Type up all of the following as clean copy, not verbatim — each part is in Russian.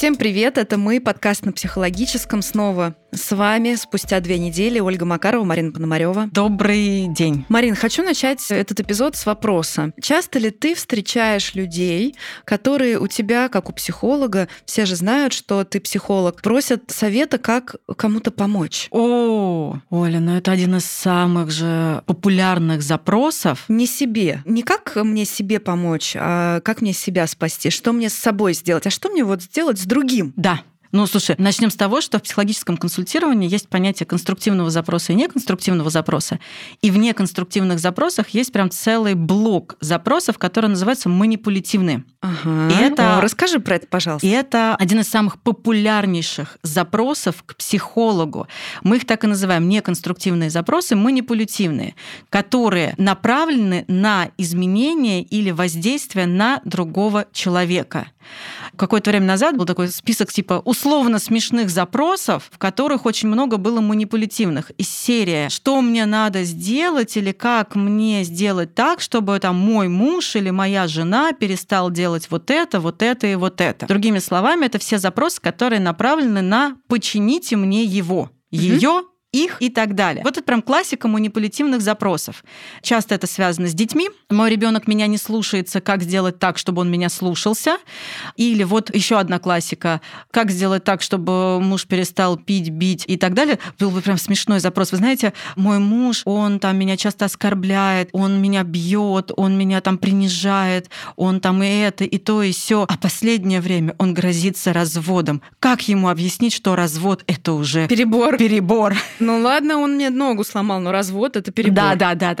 Всем привет, это мы, подкаст на психологическом снова. С вами спустя 2 недели Ольга Макарова, Марина Пономарёва. Добрый день. Марин, хочу начать этот эпизод с вопроса. Часто ли ты встречаешь людей, которые у тебя, как у психолога, все же знают, что ты психолог, просят совета, как кому-то помочь? О, Оля, это один из самых же популярных запросов. Не себе. Не как мне себе помочь, а как мне себя спасти, что мне с собой сделать, а что мне сделать с другим? Да. Слушай, начнем с того, что в психологическом консультировании есть понятие конструктивного запроса и неконструктивного запроса. И в неконструктивных запросах есть прям целый блок запросов, которые называются манипулятивные. Ага. Расскажи про это, пожалуйста. И это один из самых популярнейших запросов к психологу. Мы их так и называем неконструктивные запросы, манипулятивные, которые направлены на изменение или воздействие на другого человека. Какое-то время назад был такой список типа условно смешных запросов, в которых очень много было манипулятивных. Из серии «Что мне надо сделать?» или «Как мне сделать так, чтобы мой муж или моя жена перестал делать вот это и вот это». Другими словами, это все запросы, которые направлены на «почините мне его», ее, их и так далее. Вот это прям классика манипулятивных запросов. Часто это связано с детьми. Мой ребенок меня не слушается, как сделать так, чтобы он меня слушался? Или еще одна классика. Как сделать так, чтобы муж перестал пить, бить и так далее? Был бы прям смешной запрос. Вы знаете, мой муж, он меня часто оскорбляет, он меня бьет, он меня принижает, он и это, и то, и сё. А последнее время он грозится разводом. Как ему объяснить, что развод — это уже перебор? Ну ладно, он мне ногу сломал, но развод — это перебор.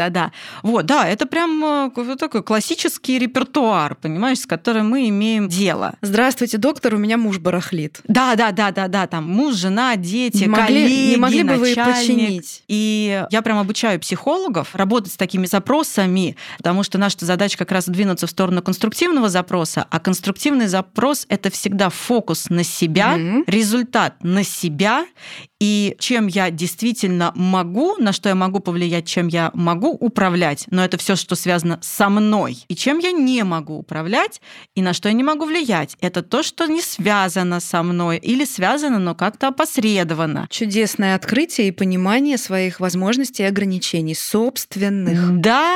Да. Это прям такой классический репертуар, понимаешь, с которым мы имеем дело. Здравствуйте, доктор, у меня муж барахлит. Да. Там муж, жена, дети, коллеги, не могли бы начальник. Вы починить? И я прям обучаю психологов работать с такими запросами, потому что наша задача как раз двинуться в сторону конструктивного запроса, а конструктивный запрос — это всегда фокус на себя, результат на себя, и чем я действительно могу, на что я могу повлиять, чем я могу управлять, но это все, что связано со мной, и чем я не могу управлять, и на что я не могу влиять. Это то, что не связано со мной или связано, но как-то опосредованно. Чудесное открытие и понимание своих возможностей и ограничений собственных. Да.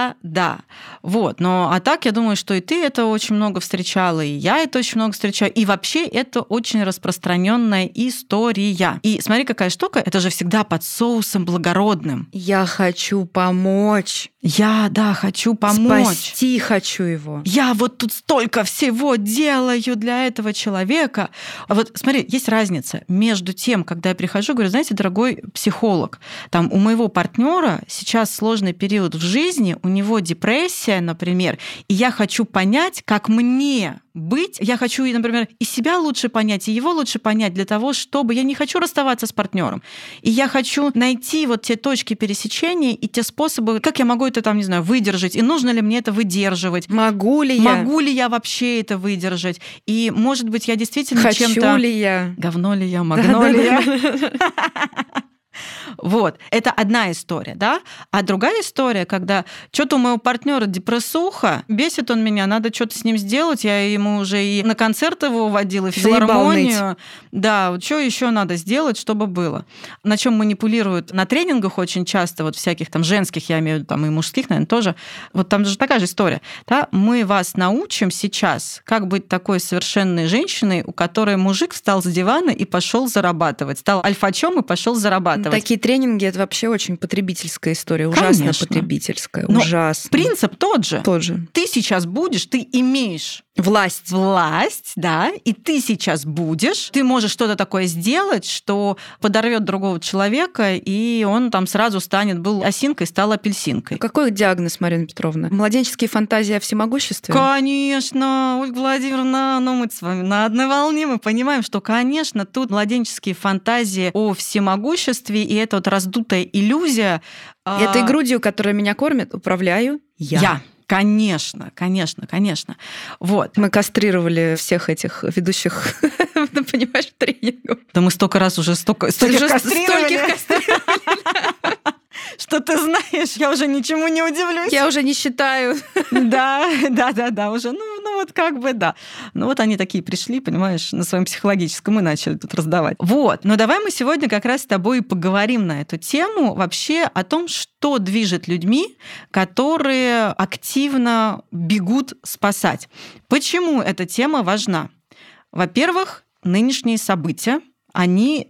А так, я думаю, что и ты это очень много встречала, и я это очень много встречаю, и вообще это очень распространенная история. И смотри, какая штука, это же всегда под соусом благородным. Я хочу помочь. Я хочу помочь. Спасти хочу его. Я тут столько всего делаю для этого человека. А смотри, есть разница между тем, когда я прихожу, говорю, знаете, дорогой психолог, у моего партнера сейчас сложный период в жизни, у него депрессия, например, и я хочу понять, как мне быть. Я хочу, например, и себя лучше понять, и его лучше понять для того, чтобы я не хочу расставаться с партнером. И я хочу найти те точки пересечения и те способы, как я могу это выдержать, и нужно ли мне это выдерживать. Могу ли я вообще это выдержать? И, может быть, я действительно хочу чем-то... ли я? Говно ли я, магно ли я? Это одна история, да? А другая история, когда что-то у моего партнера депрессуха, бесит он меня, надо что-то с ним сделать, я ему уже и на концерт его водила, и в филармонию. Да, что еще надо сделать, чтобы было? На чем манипулируют на тренингах очень часто, всяких женских, я имею в виду, и мужских, наверное, тоже. Там же такая же история. Да? Мы вас научим сейчас, как быть такой совершенной женщиной, у которой мужик встал с дивана и пошел зарабатывать, стал альфачом и пошел зарабатывать. Такие тренинги — это вообще очень потребительская история, ужасно. Конечно. Потребительская, ужасно. Принцип тот же. Ты сейчас будешь, ты имеешь власть, да, и ты сейчас будешь, ты можешь что-то такое сделать, что подорвет другого человека, и он сразу был осинкой, стал апельсинкой. Какой диагноз, Марина Петровна? Младенческие фантазии о всемогуществе? Конечно, Ольга Владимировна, мы с вами на одной волне, мы понимаем, что, конечно, тут младенческие фантазии о всемогуществе, и это раздутая иллюзия. Этой грудью, которая меня кормит, управляю я. Конечно. Мы кастрировали всех этих ведущих, понимаешь, тренингов. Да мы столько раз уже стольких кастрировали. что ты знаешь, я уже ничему не удивлюсь. Я уже не считаю. Да, уже, ну вот как бы да. Ну вот они такие пришли, понимаешь, на своем психологическом и начали тут раздавать. Вот, но давай мы сегодня как раз с тобой поговорим на эту тему, вообще о том, что движет людьми, которые активно бегут спасать. Почему эта тема важна? Во-первых, нынешние события, они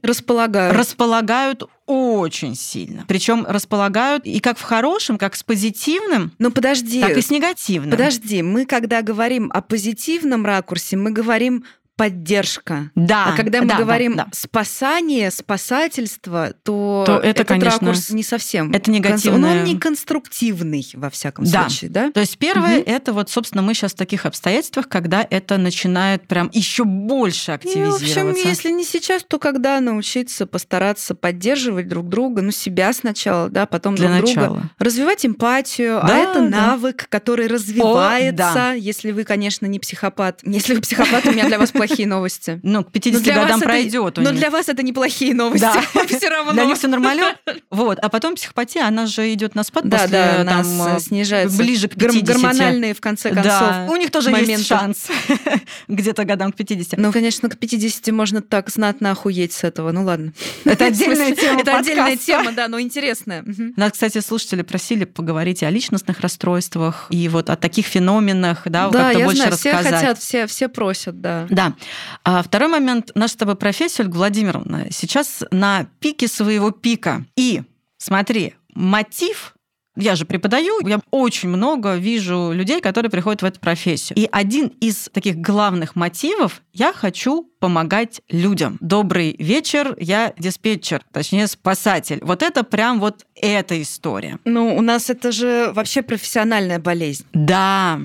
располагают очень сильно. Причем располагают и как в хорошем, как с позитивным, подожди, так и с негативным. Подожди, мы когда говорим о позитивном ракурсе, мы говорим поддержка. Да. А когда мы говорим спасание, спасательство, то это, этот конечно, ракурс не совсем. Это негативное. Он не конструктивный, во всяком случае, да? То есть первое, это вот, собственно, мы сейчас в таких обстоятельствах, когда это начинает прям еще больше активизироваться. В общем, если не сейчас, то когда научиться постараться поддерживать друг друга, себя сначала, да, потом для друг начала. Друга, развивать эмпатию, а это навык, который развивается, если вы, конечно, не психопат. Если вы психопат, у меня для вас плохие новости. К 50 годам пройдет. Но для вас это неплохие новости. Да. Все равно. Для них все нормально. Вот. А потом психопатия, она же идет на спад после нас снижается. Ближе к 50. Гормональные, в конце концов. Да. У них тоже есть шанс. Где-то годам к 50. Конечно, к 50 можно так знатно охуеть с этого. Ну ладно. Это отдельная тема. Это отдельная тема, да, но интересная. Нас, кстати, слушатели просили поговорить о личностных расстройствах и вот о таких феноменах, да, как-то больше знаю, рассказать. Все хотят, все просят, да. Да. А второй момент. Наша с тобой профессия, Ольга Владимировна, сейчас на пике своего пика. И, смотри, мотив... Я же преподаю, я очень много вижу людей, которые приходят в эту профессию. И один из таких главных мотивов – я хочу помогать людям. Добрый вечер, я диспетчер, точнее спасатель. Вот это прям вот эта история. У нас это же вообще профессиональная болезнь. Да.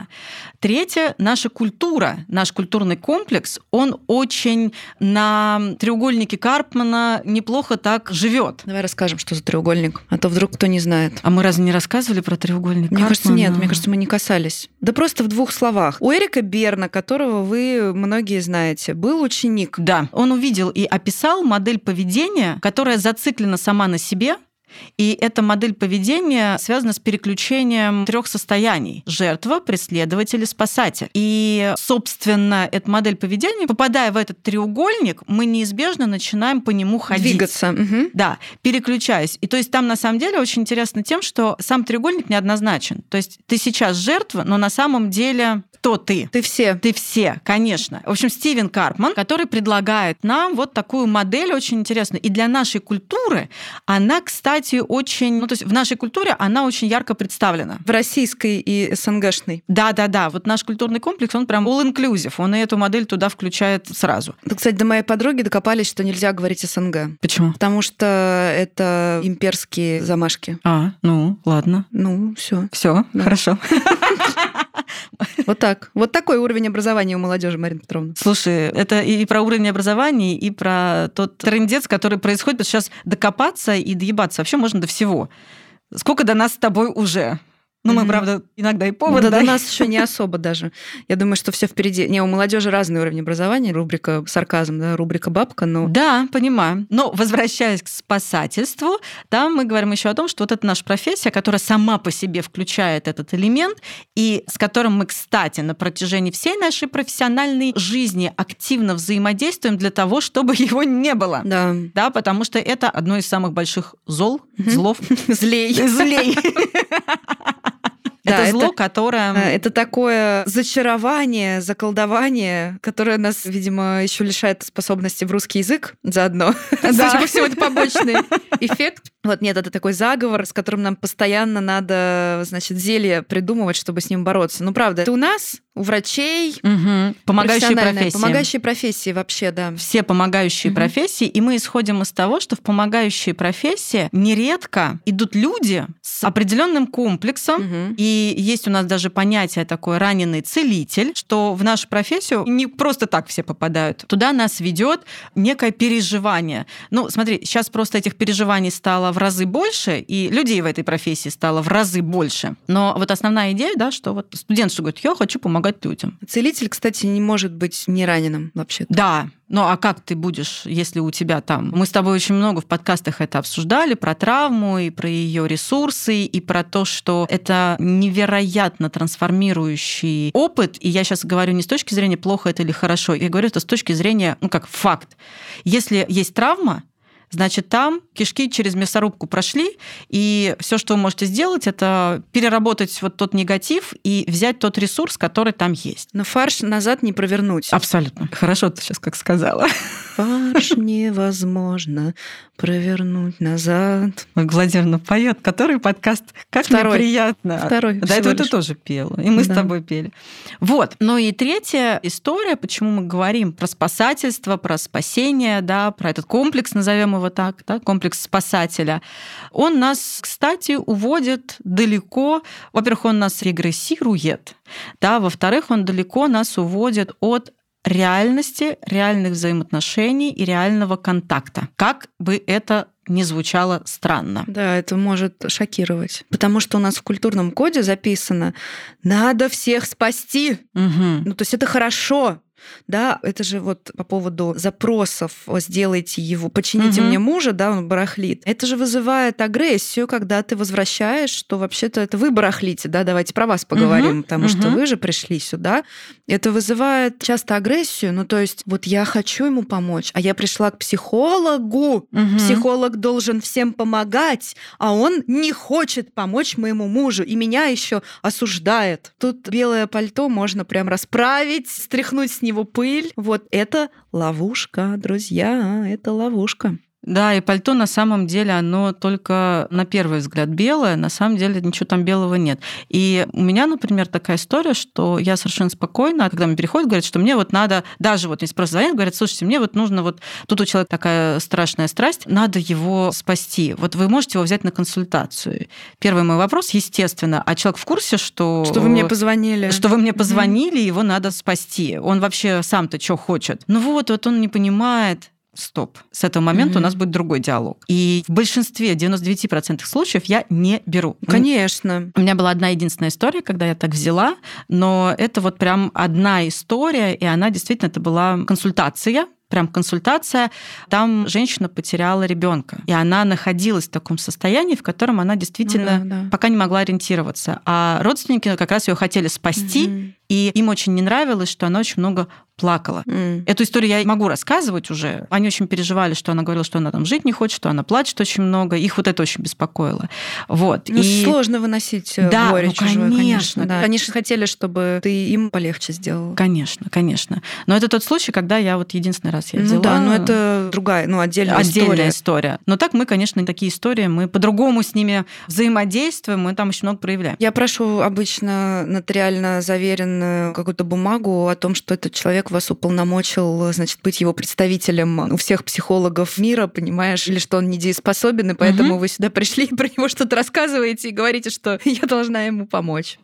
Третье, наша культура, наш культурный комплекс, он очень на треугольнике Карпмана неплохо так живет. Давай расскажем, что за треугольник, а то вдруг кто не знает. А мы разве не рассказывали про треугольник Карпмана? Мне кажется, нет, мне кажется, мы не касались. Да просто в двух словах. У Эрика Берна, которого вы многие знаете, был ученик. Да, он увидел и описал модель поведения, которая зациклена сама на себе. И эта модель поведения связана с переключением 3 состояний: жертва, преследователь и спасатель. И, собственно, эта модель поведения, попадая в этот треугольник, мы неизбежно начинаем по нему ходить. Двигаться. Угу. Да, переключаясь. И то есть там на самом деле очень интересно тем, что сам треугольник неоднозначен. То есть ты сейчас жертва, но на самом деле кто ты? Ты все. Ты все, конечно. В общем, Стивен Карпман, который предлагает нам вот такую модель очень интересную. И для нашей культуры она, кстати, очень... то есть в нашей культуре она очень ярко представлена. В российской и СНГшной. Да. Вот наш культурный комплекс, он прям all-inclusive. Он и эту модель туда включает сразу. Кстати, до моей подруги докопались, что нельзя говорить СНГ. Почему? Потому что это имперские замашки. Ладно. Все, да. Хорошо. Вот так. Вот такой уровень образования у молодежи, Марина Петровна. Слушай, это и про уровень образования, и про тот трындец, который происходит. Сейчас докопаться и доебаться вообще можно до всего. Сколько до нас с тобой уже? Мы, правда, иногда и повод. Да, до нас еще не особо даже. Я думаю, что все впереди. У молодежи разный уровень образования. Рубрика сарказм, да, рубрика бабка, но... Да, понимаю. Но возвращаясь к спасательству, там мы говорим еще о том, что вот это наша профессия, которая сама по себе включает этот элемент, и с которым мы, кстати, на протяжении всей нашей профессиональной жизни активно взаимодействуем для того, чтобы его не было. Да, потому что это одно из самых больших злов. Злей. Это зло, которое... Это такое зачарование, заколдование, которое нас, видимо, еще лишает способности в русский язык заодно. Судя по всему, это побочный эффект. Это такой заговор, с которым нам постоянно надо, зелье придумывать, чтобы с ним бороться. Правда, это у нас, у врачей, помогающие профессии вообще, да. Все помогающие профессии, и мы исходим из того, что в помогающие профессии нередко идут люди с определенным комплексом, и есть у нас даже понятие такое раненый целитель, что в нашу профессию не просто так все попадают. Туда нас ведет некое переживание. Смотри, сейчас просто этих переживаний стало стало в разы больше, и людей в этой профессии стало в разы больше. Но вот основная идея, да, что вот студент что говорит, я хочу помогать людям. Целитель, кстати, не может быть не раненым вообще-то. Да. Ну а как ты будешь, если у тебя там... Мы с тобой очень много в подкастах это обсуждали, про травму и про ее ресурсы, и про то, что это невероятно трансформирующий опыт. И я сейчас говорю не с точки зрения плохо это или хорошо, я говорю это с точки зрения, как факт. Если есть травма, значит, там кишки через мясорубку прошли, и все, что вы можете сделать, это переработать вот тот негатив и взять тот ресурс, который там есть. Но фарш назад не провернуть. Абсолютно. Хорошо ты сейчас как сказала. Фарш невозможно провернуть назад. Владимировна поет, который подкаст? Как Второй. Мне приятно. Второй. Да, это ты тоже пела, и мы с тобой пели. Вот. Ну и третья история, почему мы говорим про спасательство, про спасение, да, про этот комплекс, назовем его так, да, комплекс спасателя. Он нас, кстати, уводит далеко. Во-первых, он нас регрессирует, да, во-вторых, он далеко нас уводит от реальности, реальных взаимоотношений и реального контакта. Как бы это ни звучало странно. Да, это может шокировать. Потому что у нас в культурном коде записано «надо всех спасти». Угу. Ну, то есть это хорошо. Да, это же вот по поводу запросов «сделайте его, почините мне мужа», да, он барахлит. Это же вызывает агрессию, когда ты возвращаешь, что вообще-то это вы барахлите, да, давайте про вас поговорим, потому что вы же пришли сюда. Это вызывает часто агрессию, ну, то есть вот я хочу ему помочь, а я пришла к психологу, психолог должен всем помогать, а он не хочет помочь моему мужу, и меня еще осуждает. Тут белое пальто можно прям расправить, стряхнуть с него пыль. Вот это ловушка, друзья, это ловушка. Да, и пальто на самом деле, оно только на первый взгляд белое, на самом деле ничего там белого нет. И у меня, например, такая история, что я совершенно спокойно, когда мне переходят, говорят, что мне вот надо, даже вот если просто звонят, говорят, слушайте, мне вот нужно вот, тут у человека такая страшная страсть, надо его спасти. Вот вы можете его взять на консультацию. Первый мой вопрос, естественно, а человек в курсе, что... Что вы мне позвонили. Что вы мне позвонили, его надо спасти. Он вообще сам-то что хочет? Ну вот он не понимает. Стоп. С этого момента у нас будет другой диалог. И в большинстве, 99% случаев я не беру. Конечно. У меня была одна единственная история, когда я так взяла, но это вот прям одна история, и она действительно, это была консультация, прям консультация, там женщина потеряла ребенка, и она находилась в таком состоянии, в котором она действительно пока не могла ориентироваться. А родственники как раз ее хотели спасти, и им очень не нравилось, что она очень много плакала. Эту историю я могу рассказывать уже. Они очень переживали, что она говорила, что она там жить не хочет, что она плачет очень много. Их вот это очень беспокоило. Вот. Ну, сложно выносить горе чужое, конечно. Да. Они же хотели, чтобы ты им полегче сделала. Конечно, конечно. Но это тот случай, когда я вот единственный раз я взяла. Ну да, но это другая, отдельная история. Но так мы, конечно, такие истории, мы по-другому с ними взаимодействуем, мы там очень много проявляем. Я прошу обычно нотариально заверенную какую-то бумагу о том, что этот человек вас уполномочил, значит, быть его представителем у всех психологов мира, понимаешь, или что он недееспособен, и поэтому вы сюда пришли и про него что-то рассказываете и говорите, что я должна ему помочь.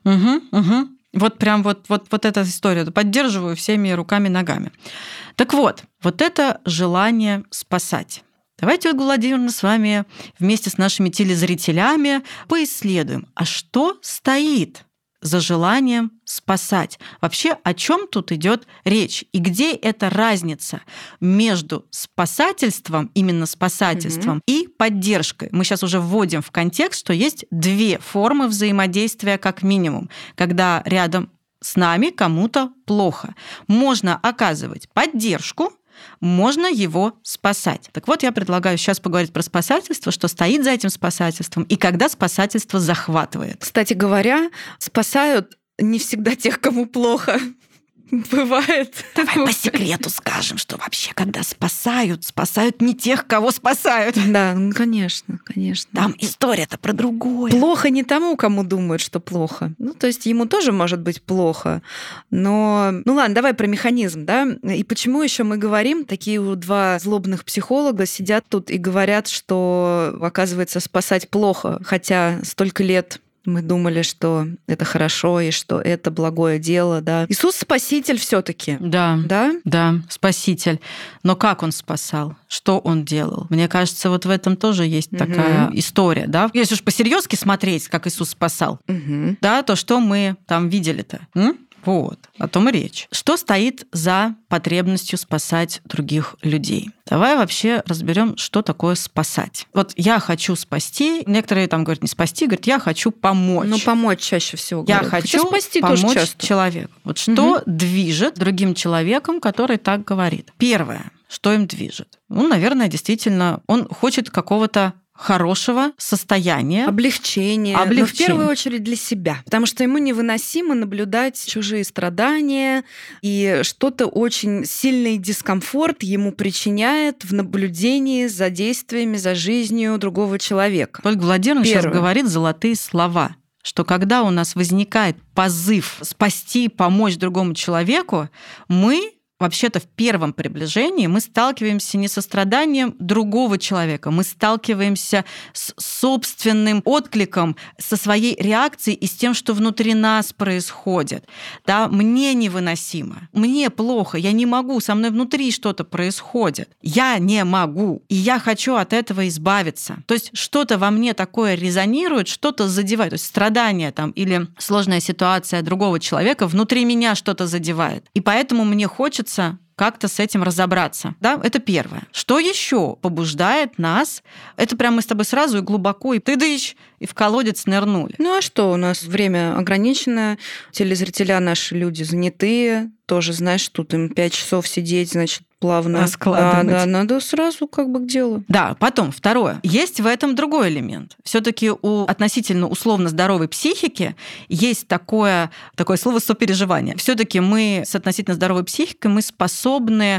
Вот прям вот эта история. Поддерживаю всеми руками и ногами. Так вот это желание спасать. Давайте, Ольга Владимировна, с вами вместе с нашими телезрителями поисследуем, а что стоит за желанием спасать. Вообще, о чем тут идет речь? И где эта разница между спасательством, именно спасательством, и поддержкой? Мы сейчас уже вводим в контекст, что есть две формы взаимодействия как минимум, когда рядом с нами кому-то плохо. Можно оказывать поддержку, можно его спасать. Так вот, я предлагаю сейчас поговорить про спасательство, что стоит за этим спасательством и когда спасательство захватывает. Кстати говоря, спасают не всегда тех, кому плохо. Бывает. Давай по секрету скажем, что вообще, когда спасают не тех, кого спасают. Да, конечно. Там история-то про другое. Плохо не тому, кому думают, что плохо. То есть ему тоже может быть плохо. Но, ладно, давай про механизм, да? И почему еще мы говорим, такие два злобных психолога сидят тут и говорят, что, оказывается, спасать плохо, хотя столько лет Мы думали, что это хорошо и что это благое дело, да. Иисус спаситель все-таки. Да. Да? Да, спаситель. Но как он спасал? Что он делал? Мне кажется, вот в этом тоже есть такая история, да. Если уж по-серьезки смотреть, как Иисус спасал, да, то что мы там видели-то? Вот, о том и речь. Что стоит за потребностью спасать других людей? Давай вообще разберем, что такое спасать. Вот я хочу спасти, некоторые там говорят не спасти, говорят, я хочу помочь. Ну, помочь чаще всего говорят. Я хочу спасти помочь тоже часто. человеку. Вот что движет другим человеком, который так говорит? Первое, что им движет? Ну, наверное, действительно, он хочет какого-то хорошего состояния. Облегчения. Но в первую очередь для себя. Потому что ему невыносимо наблюдать чужие страдания, и что-то очень сильный дискомфорт ему причиняет в наблюдении за действиями, за жизнью другого человека. Ольга Владимировна сейчас говорит золотые слова, что когда у нас возникает позыв спасти, помочь другому человеку, мы вообще-то в первом приближении мы сталкиваемся не со страданием другого человека, мы сталкиваемся с собственным откликом, со своей реакцией и с тем, что внутри нас происходит. Да, мне невыносимо, мне плохо, я не могу, со мной внутри что-то происходит. Я не могу, и я хочу от этого избавиться. То есть что-то во мне такое резонирует, что-то задевает. То есть страдание там, или сложная ситуация другого человека внутри меня что-то задевает. И поэтому мне хочется как-то с этим разобраться. Да, это первое. Что еще побуждает нас? Это прямо мы с тобой сразу и глубоко, и тыдыщ, и в колодец нырнули. Ну а что, у нас время ограничено, телезрителя наши люди занятые, тоже, знаешь, тут им 5 часов сидеть, значит, плавно. Раскладывать. Да, надо сразу как бы к делу. Да, потом, второе. Есть в этом другой элемент. Все-таки у относительно условно здоровой психики есть такое слово сопереживание. Все-таки мы с относительно здоровой психикой мы способны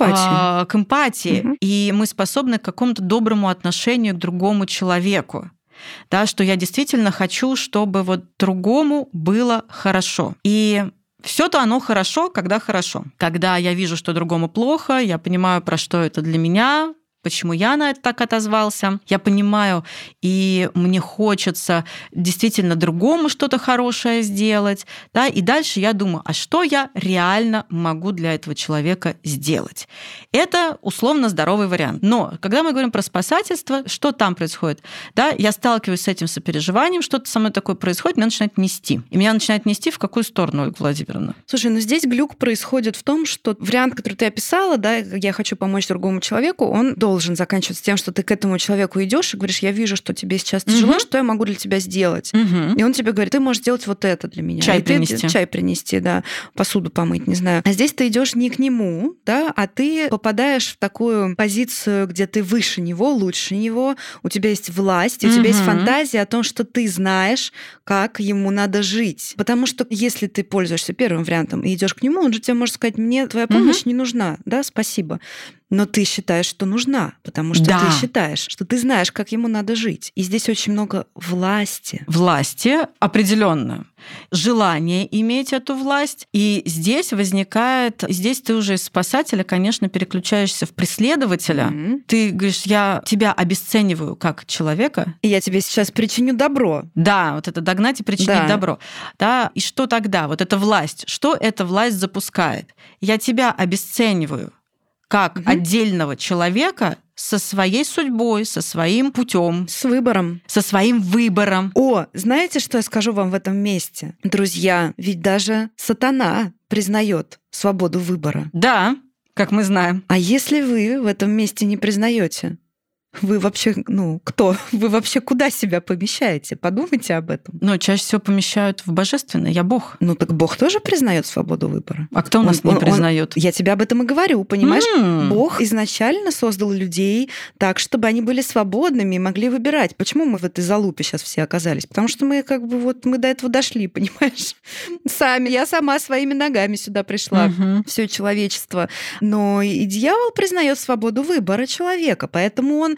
к эмпатии, и мы способны к какому-то доброму отношению к другому человеку. Да, что я действительно хочу, чтобы вот другому было хорошо. И все-то оно хорошо, когда хорошо. Когда я вижу, что другому плохо, я понимаю, про что это для меня, почему я на это так отозвался. Я понимаю, и мне хочется действительно другому что-то хорошее сделать. Да? И дальше я думаю, а что я реально могу для этого человека сделать? Это условно здоровый вариант. Но когда мы говорим про спасательство, что там происходит? Да? Я сталкиваюсь с этим сопереживанием, что-то со мной такое происходит, меня начинает нести. И меня начинает нести в какую сторону, Ольга Владимировна? Слушай, ну здесь глюк происходит в том, что вариант, который ты описала, да, я хочу помочь другому человеку, он должен заканчиваться тем, что ты к этому человеку идешь и говоришь, я вижу, что тебе сейчас тяжело, что я могу для тебя сделать? И он тебе говорит, ты можешь сделать вот это для меня. Чай принести. Чай принести, да, посуду помыть, не знаю. А здесь ты идешь не к нему, да, а ты попадаешь в такую позицию, где ты выше него, лучше него, у тебя есть власть, у тебя есть фантазия о том, что ты знаешь, как ему надо жить. Потому что если ты пользуешься первым вариантом и идешь к нему, он же тебе может сказать, мне твоя помощь не нужна, да, спасибо. Но ты считаешь, что нужна, потому что ты считаешь, что ты знаешь, как ему надо жить. И здесь очень много власти. Власти, определенно. Желание иметь эту власть. И здесь возникает... Здесь ты уже из спасателя, конечно, переключаешься в преследователя. Ты говоришь, я тебя обесцениваю как человека. И я тебе сейчас причиню добро. Да, вот это догнать и причинить добро. Да, и что тогда? Вот эта власть. Что эта власть запускает? Я тебя обесцениваю как отдельного человека со своей судьбой, со своим путем, с выбором, со своим выбором. О, знаете, что я скажу вам в этом месте? Друзья, ведь даже сатана признает свободу выбора. Да, как мы знаем. А если вы в этом месте не признаете? Вы вообще, кто? Вы вообще куда себя помещаете? Подумайте об этом. Чаще всего помещают в божественное. Я Бог. Так Бог тоже признает свободу выбора. А кто у нас не признает? Я тебе об этом и говорю, понимаешь? Бог изначально создал людей так, чтобы они были свободными и могли выбирать. Почему мы в этой залупе сейчас все оказались? Потому что мы мы до этого дошли, понимаешь? Я сама своими ногами сюда пришла. Все человечество. Но и дьявол признает свободу выбора человека, поэтому он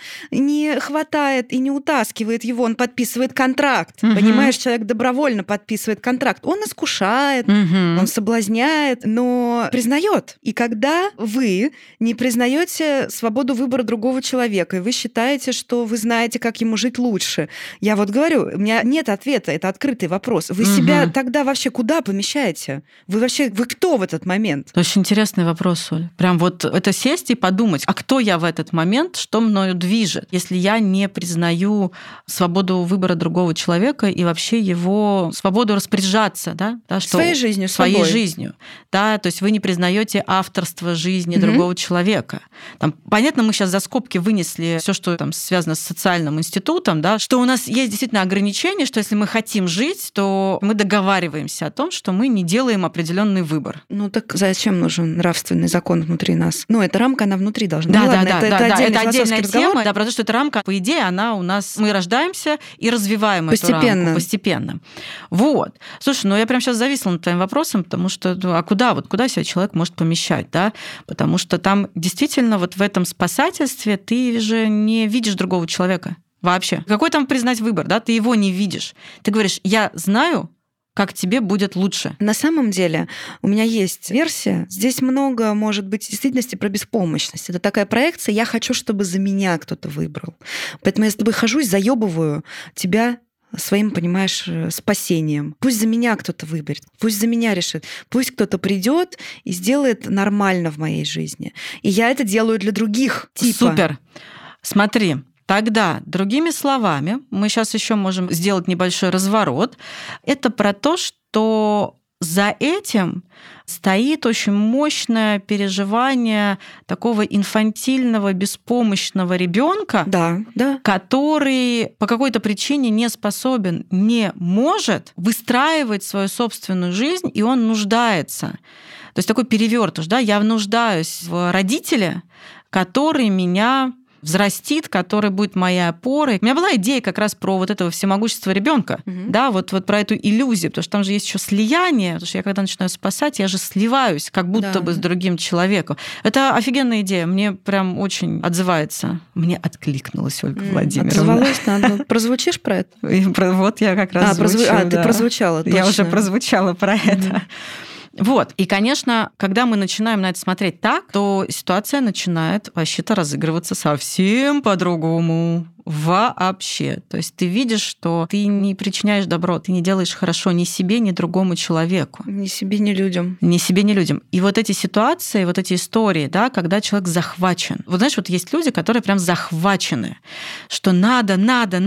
не хватает и не утаскивает его, он подписывает контракт. Понимаешь, человек добровольно подписывает контракт. Он искушает, он соблазняет, но признает. И когда вы не признаете свободу выбора другого человека, и вы считаете, что вы знаете, как ему жить лучше, я вот говорю, у меня нет ответа, это открытый вопрос. Вы себя тогда вообще куда помещаете? Вы кто в этот момент? Очень интересный вопрос, Оль. Прям вот это сесть и подумать, а кто я в этот момент, что мною движет, если я не признаю свободу выбора другого человека и вообще его свободу распоряжаться, да, что своей жизнью, своей жизнью, да, то есть вы не признаете авторство жизни другого человека. Там, понятно, мы сейчас за скобки вынесли все, что там связано с социальным институтом, да, что у нас есть действительно ограничение, что если мы хотим жить, то мы договариваемся о том, что мы не делаем определенный выбор. Ну так зачем нужен нравственный закон внутри нас? Ну, эта рамка, она внутри должна. Да, ну, ладно, это отдельная разговор. тема, да, потому что эта рамка, по идее, она у нас, мы рождаемся и развиваем эту рамку постепенно. Вот. Слушай, ну я прям сейчас зависла над твоим вопросом, потому что, а куда себя человек может помещать, да? Потому что там действительно вот в этом спасательстве ты же не видишь другого человека вообще. Какой там признать выбор, да? Ты его не видишь. Ты говоришь, я знаю, как тебе будет лучше. На самом деле у меня есть версия. Здесь много, может быть, в действительности про беспомощность. Это такая проекция «я хочу, чтобы за меня кто-то выбрал». Поэтому я с тобой хожусь, заёбываю тебя своим, понимаешь, спасением. Пусть за меня кто-то выберет, пусть за меня решит, пусть кто-то придет и сделает нормально в моей жизни. И я это делаю для других. Супер. Смотри, тогда, другими словами, мы сейчас еще можем сделать небольшой разворот. Это про то, что за этим стоит очень мощное переживание такого инфантильного, беспомощного ребенка, который по какой-то причине не способен, не может выстраивать свою собственную жизнь, и он нуждается. То есть такой перевертыш, да, я нуждаюсь в родителе, который меня взрастит, который будет моей опорой. У меня была идея как раз про вот этого всемогущества ребенка, да, вот про эту иллюзию, потому что там же есть еще слияние, потому что я когда начинаю спасать, я же сливаюсь как будто бы с другим человеком. Это офигенная идея, мне прям очень отзывается. Мне откликнулась Ольга Владимировна. Отозвалась, надо. Прозвучишь про это? Вот я как раз звучу. Ты прозвучала, точно. Я уже прозвучала про это. Вот. И, конечно, когда мы начинаем на это смотреть так, то ситуация начинает вообще-то разыгрываться совсем по-другому. Вообще. То есть ты видишь, что ты не причиняешь добро, ты не делаешь хорошо ни себе, ни другому человеку. Ни себе, ни людям. Ни себе, ни людям. И вот эти ситуации, вот эти истории, да, когда человек захвачен. Вот знаешь, вот есть люди, которые прям захвачены, что надо,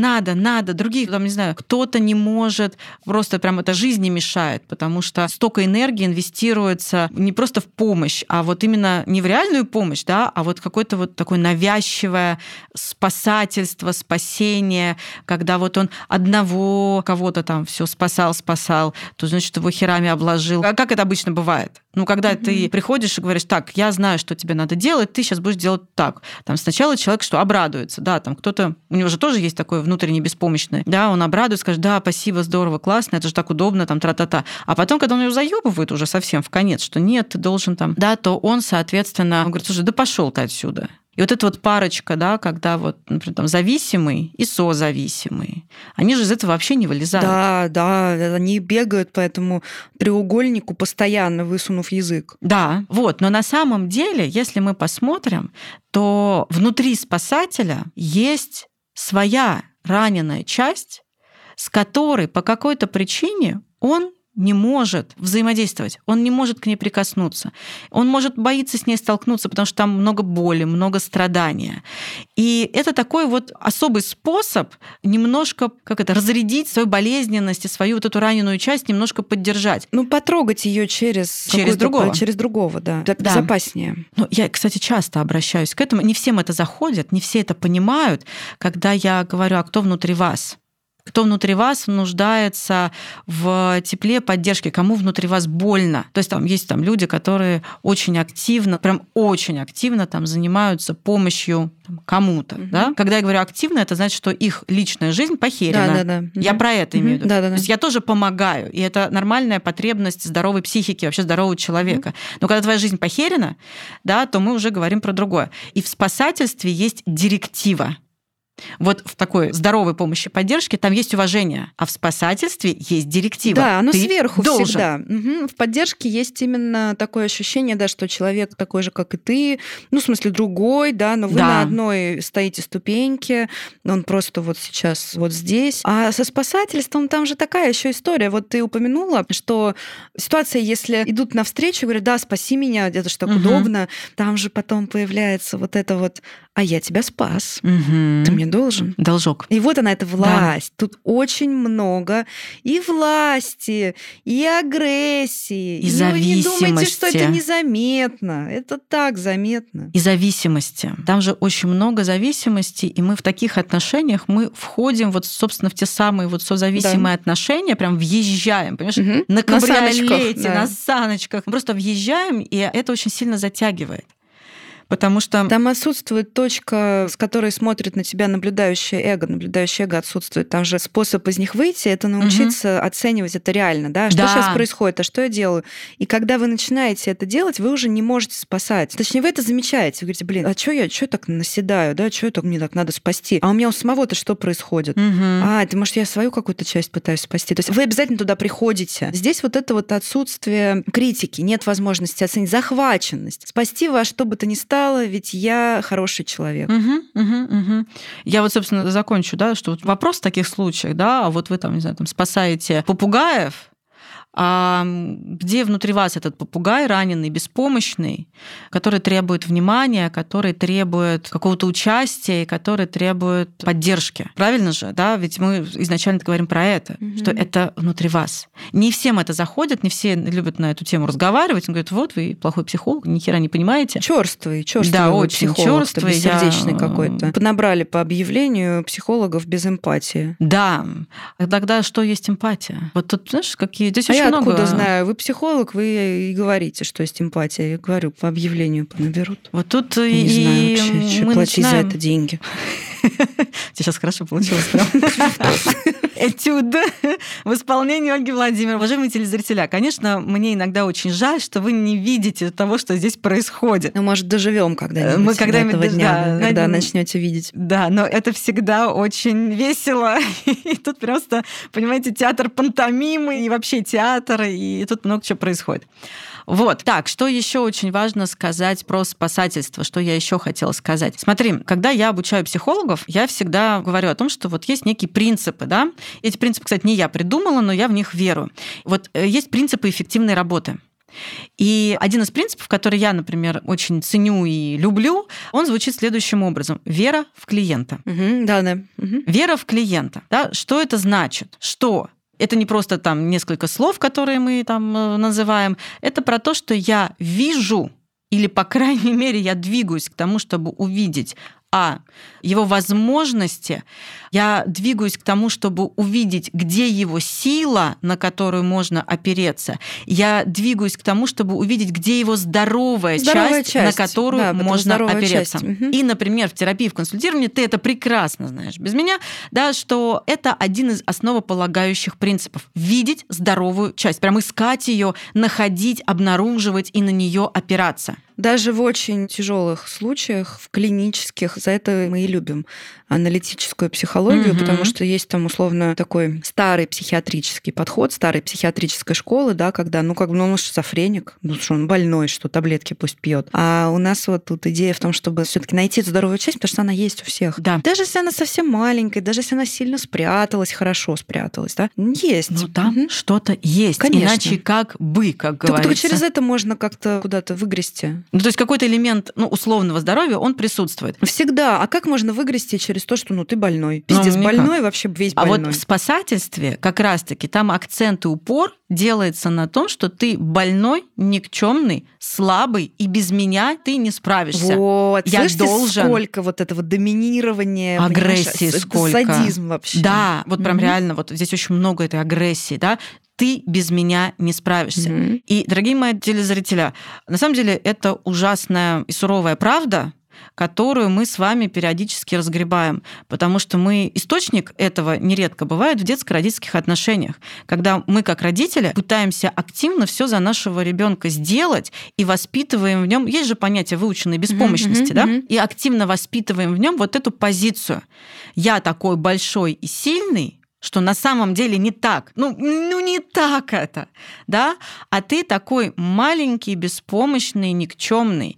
другие, там, не знаю, кто-то не может, просто прям это жизни мешает, потому что столько энергии инвестируется не просто в помощь, а вот именно не в реальную помощь, да, а вот какое-то вот такое навязчивое спасательство, спасение, когда вот он одного кого-то там все спасал, то значит его херами обложил. А как это обычно бывает? Ну, когда ты приходишь и говоришь, так, я знаю, что тебе надо делать, ты сейчас будешь делать так. Там сначала человек что, обрадуется, да, там кто-то, у него же тоже есть такое внутренне беспомощное, да, он обрадуется, скажет, да, спасибо, здорово, классно, это же так удобно, там, тра-та-та. А потом, когда он его заёбывает уже совсем в конец, что нет, ты должен там, да, то он, соответственно, он говорит, слушай, да пошел ты отсюда. И вот эта вот парочка, да, когда вот, например, там, зависимый и созависимый, они же из этого вообще не вылезают. Да, они бегают по этому треугольнику, постоянно высунув язык. Да, вот. Но на самом деле, если мы посмотрим, то внутри спасателя есть своя раненая часть, с которой по какой-то причине он не может взаимодействовать, он не может к ней прикоснуться. Он может боиться с ней столкнуться, потому что там много боли, много страдания. И это такой вот особый способ немножко разрядить свою болезненность и свою вот эту раненую часть немножко поддержать. Ну, потрогать ее через другого, да. Так безопаснее. Ну, я, кстати, часто обращаюсь к этому. Не всем это заходит, не все это понимают, когда я говорю, а кто внутри вас? Кто внутри вас нуждается в тепле, поддержке, кому внутри вас больно. То есть там есть там люди, которые очень активно, прям очень активно там занимаются помощью кому-то. Да? Когда я говорю активно, это значит, что их личная жизнь похерена. Да. Я про это имею в виду. Да. То есть я тоже помогаю, и это нормальная потребность здоровой психики, вообще здорового человека. Но когда твоя жизнь похерена, да, то мы уже говорим про другое. И в спасательстве есть директива. Вот в такой здоровой помощи и поддержке там есть уважение, а в спасательстве есть директива. Да, оно ты сверху должен. всегда. Угу. В поддержке есть именно такое ощущение, да, что человек такой же, как и ты, ну, в смысле, другой, да, но вы на одной стоите ступеньке, он просто вот сейчас вот здесь. А со спасательством там же такая еще история. Вот ты упомянула, что ситуация, если идут навстречу, говорят, да, спаси меня, это же так удобно, там же потом появляется вот это вот, а я тебя спас, ты мне должен. Должок. И вот она, эта власть. Да. Тут очень много и власти, и агрессии. И зависимости. Вы не думайте, что это незаметно. Это так заметно. И зависимости. Там же очень много зависимости, и мы в таких отношениях, мы входим вот, собственно, в те самые вот созависимые отношения, прям въезжаем, понимаешь, на кабриолете, на саночках. Мы просто въезжаем, и это очень сильно затягивает. Потому что там отсутствует точка, с которой смотрит на тебя наблюдающее эго. Наблюдающее эго отсутствует. Там же способ из них выйти — это научиться оценивать это реально. Да? Что сейчас происходит, а что я делаю? И когда вы начинаете это делать, вы уже не можете спасать. Точнее, вы это замечаете. Вы говорите, блин, а что я так наседаю? Да? Что это мне так надо спасти? А у меня у самого-то что происходит? Это, может, я свою какую-то часть пытаюсь спасти? То есть вы обязательно туда приходите. Здесь вот это вот отсутствие критики, нет возможности оценить захваченность. Спасти вас, что бы то ни стало, ведь я хороший человек. Я вот, собственно, закончу, да, что вот вопрос в таких случаях, да, а вот вы там, не знаю, там спасаете попугаев, а где внутри вас этот попугай раненый, беспомощный, который требует внимания, который требует какого-то участия, который требует поддержки. Правильно же, да? Ведь мы изначально говорим про это, что это внутри вас. Не всем это заходит, не все любят на эту тему разговаривать. Он говорит, вот вы плохой психолог, ни хера не понимаете. Чёрствый, да, очень чёрствый, бессердечный какой-то. Понабрали по объявлению психологов без эмпатии. Да. А тогда что есть эмпатия? Вот тут, знаешь, какие... Здесь очень я много... откуда знаю? Вы психолог, вы и говорите, что есть эмпатия. Я говорю, по объявлению понаберут. Вот тут я не знаю вообще, что платить начинаем... за это деньги. Тебе сейчас хорошо получилось. Этюд в исполнении Ольги Владимировны. Уважаемые телезрители, конечно, мне иногда очень жаль, что вы не видите того, что здесь происходит. Ну, может, доживем когда-нибудь до этого дня, когда начнете видеть. Да, но это всегда очень весело. И тут просто, понимаете, театр пантомимы и вообще театр, и тут много чего происходит. Вот. Так, что еще очень важно сказать про спасательство? Что я еще хотела сказать? Смотри, когда я обучаю психологов, я всегда говорю о том, что вот есть некие принципы, да? Эти принципы, кстати, не я придумала, но я в них верую. Вот есть принципы эффективной работы. И один из принципов, который я, например, очень ценю и люблю, он звучит следующим образом. Вера в клиента. Вера в клиента. Да? Что это значит? Что это не просто там несколько слов, которые мы там называем. Это про то, что я вижу, или, по крайней мере, я двигаюсь к тому, чтобы увидеть его возможности, я двигаюсь к тому, чтобы увидеть, где его сила, на которую можно опереться. Я двигаюсь к тому, чтобы увидеть, где его здоровая часть, на которую можно опереться. И, например, в терапии, в консультировании ты это прекрасно знаешь без меня, да, что это один из основополагающих принципов. Видеть здоровую часть, прям искать ее, находить, обнаруживать и на нее опираться. Даже в очень тяжелых случаях, в клинических, за это мы и любим аналитическую психологию, потому что есть там условно такой старый психиатрический подход, старой психиатрической школы, да, когда, он шизофреник, что он больной, что таблетки пусть пьет. А у нас вот тут идея в том, чтобы все-таки найти эту здоровую часть, потому что она есть у всех. Да. Даже если она совсем маленькая, даже если она сильно спряталась, хорошо спряталась, да, есть. Но там что-то есть. Конечно. Иначе как говорится. Только через это можно как-то куда-то выгрести. То есть какой-то элемент условного здоровья, он присутствует. Всегда. А как можно выгрести через то, что ты больной? Пиздец, больной, вообще весь больной. А вот в спасательстве как раз-таки там акцент и упор делается на том, что ты больной, никчемный, слабый, и без меня ты не справишься. Вот. Я Слышите, должен. Сколько вот этого доминирования, агрессии, сколько. Садизм вообще. Да, вот прям реально, вот здесь очень много этой агрессии, да. Ты без меня не справишься. И, дорогие мои телезрители, на самом деле это ужасная и суровая правда, которую мы с вами периодически разгребаем, потому что источник этого нередко бывает в детско-родительских отношениях, когда мы как родители пытаемся активно все за нашего ребенка сделать и воспитываем в нем, есть же понятие выученной беспомощности, да, и активно воспитываем в нем вот эту позицию. Я такой большой и сильный, что на самом деле не так. Ну не так это, да? А ты такой маленький, беспомощный, никчемный.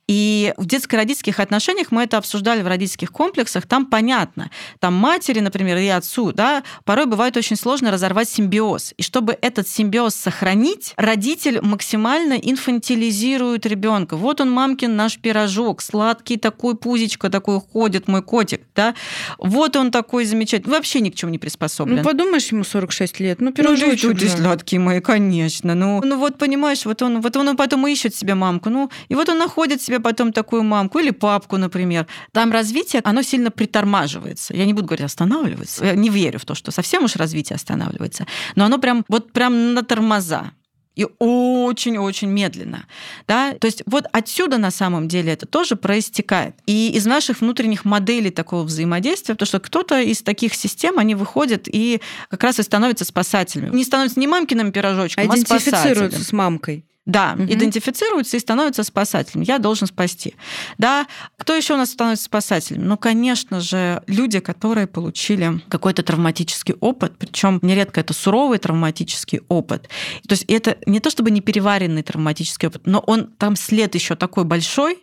И в детско-родительских отношениях мы это обсуждали в родительских комплексах, там понятно. Там матери, например, и отцу, да, порой бывает очень сложно разорвать симбиоз. И чтобы этот симбиоз сохранить, родитель максимально инфантилизирует ребенка. Вот он, мамкин наш пирожок, сладкий такой, пузечко такой ходит, мой котик, да. Вот он такой замечательный, вообще ни к чему не приспособлен. Ну, подумаешь, ему 46 лет, пирожочек. Ну, сладкие мои, конечно. Ну вот, понимаешь, вот он потом ищет себе мамку, и вот он находит себе потом такую мамку или папку, например. Там развитие, оно сильно притормаживается. Я не буду говорить останавливается. Я не верю в то, что совсем уж развитие останавливается. Но оно прям на тормоза. И очень-очень медленно. Да? То есть вот отсюда на самом деле это тоже проистекает. И из наших внутренних моделей такого взаимодействия, потому что кто-то из таких систем, они выходят и как раз и становятся спасателями. Не становятся не мамкиным пирожочком, а спасателем. Идентифицируются с мамкой. Да, идентифицируются и становятся спасателем. Я должен спасти. Да, кто еще у нас становится спасателем? Ну, конечно же, люди, которые получили какой-то травматический опыт, причем нередко это суровый травматический опыт. То есть это не то чтобы не переваренный травматический опыт, но там след еще такой большой,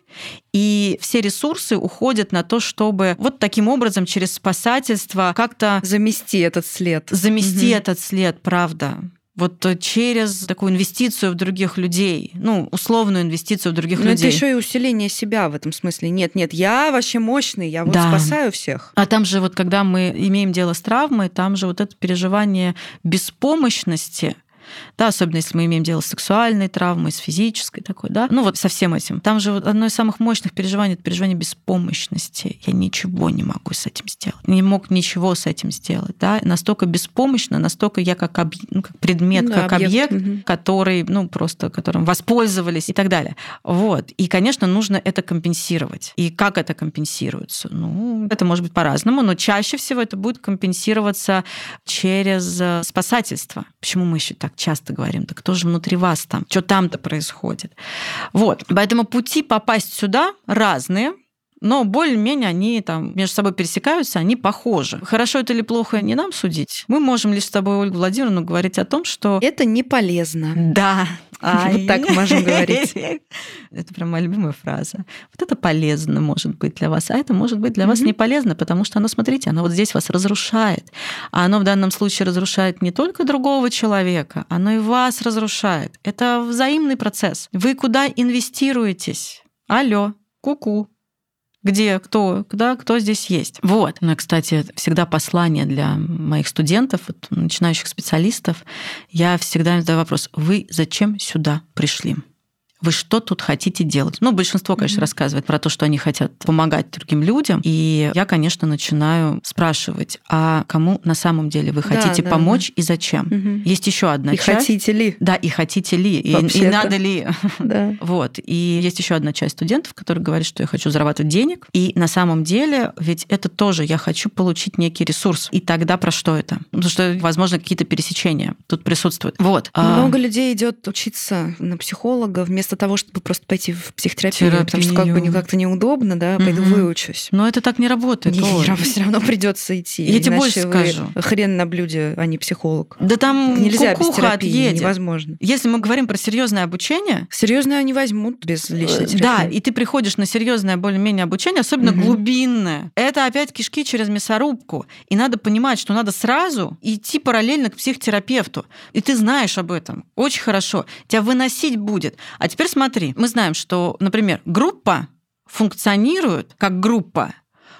и все ресурсы уходят на то, чтобы вот таким образом через спасательство как-то замести этот след. Этот след, правда. Вот через такую инвестицию в других людей, условную инвестицию в других людей. Но это еще и усиление себя в этом смысле. Нет, я вообще мощный, я спасаю всех. А там же когда мы имеем дело с травмой, там же это переживание беспомощности, да, особенно если мы имеем дело с сексуальной травмой, с физической такой, да, со всем этим. Там же одно из самых мощных переживаний – это переживание беспомощности. Я ничего не могу с этим сделать. Не мог ничего с этим сделать, да. Настолько беспомощно, настолько я как предмет, как объект, который, которым воспользовались и так далее. Вот. И, конечно, нужно это компенсировать. И как это компенсируется? Это может быть по-разному, но чаще всего это будет компенсироваться через спасательство. Почему мы еще так часто говорим, да кто же внутри вас там, что там-то происходит. Вот. Поэтому пути попасть сюда разные, но более-менее они там между собой пересекаются, они похожи. Хорошо это или плохо, не нам судить. Мы можем лишь с тобой, Ольга Владимировна, говорить о том, что... Это не полезно. Да. Вот так можем говорить. Это прям моя любимая фраза. Вот это полезно может быть для вас, а это может быть для вас не полезно, потому что оно, смотрите, оно вот здесь вас разрушает. А оно в данном случае разрушает не только другого человека, оно и вас разрушает. Это взаимный процесс. Вы куда инвестируетесь? Алло, ку-ку. Где, кто здесь есть. Вот. Ну, кстати, всегда послание для моих студентов, начинающих специалистов. Я всегда задаю вопрос: вы зачем сюда пришли? Вы что тут хотите делать? Большинство, конечно, рассказывает про то, что они хотят помогать другим людям. И я, конечно, начинаю спрашивать, а кому на самом деле вы хотите помочь и зачем? Есть еще одна часть. И хотите ли? Да, и хотите ли, и надо ли. Да. Вот. И есть еще одна часть студентов, которые говорят, что я хочу зарабатывать денег. И на самом деле, ведь это тоже я хочу получить некий ресурс. И тогда про что это? Потому что, возможно, какие-то пересечения тут присутствуют. Вот. Много людей идет учиться на психолога вместо того, чтобы просто пойти в психотерапию, потому что как-то неудобно, да, пойду выучусь. Но это так не работает. Все равно придется идти. Я тебе больше скажу. Хрен на блюде, а не психолог. Да там нельзя без терапии, отъедет. Невозможно. Если мы говорим про серьезное обучение, серьезное они возьмут без личной терапии. Да, и ты приходишь на серьезное более-менее обучение, особенно глубинное. Это опять кишки через мясорубку. И надо понимать, что надо сразу идти параллельно к психотерапевту. И ты знаешь об этом. Очень хорошо. Тебя выносить будет. А теперь смотри, мы знаем, что, например, группа функционирует как группа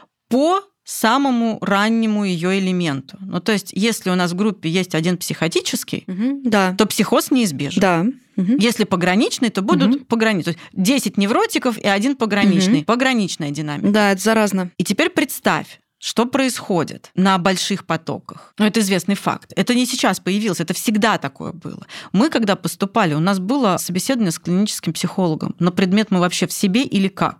по самому раннему ее элементу. То есть, если у нас в группе есть один психотический, то психоз неизбежен. Да. Если пограничный, то будут пограничные. То есть 10 невротиков и один пограничный. Пограничная динамика. Да, это заразно. И теперь представь, что происходит на больших потоках. Это известный факт. Это не сейчас появилось, это всегда такое было. Мы, когда поступали, у нас было собеседование с клиническим психологом на предмет «мы вообще в себе или как?».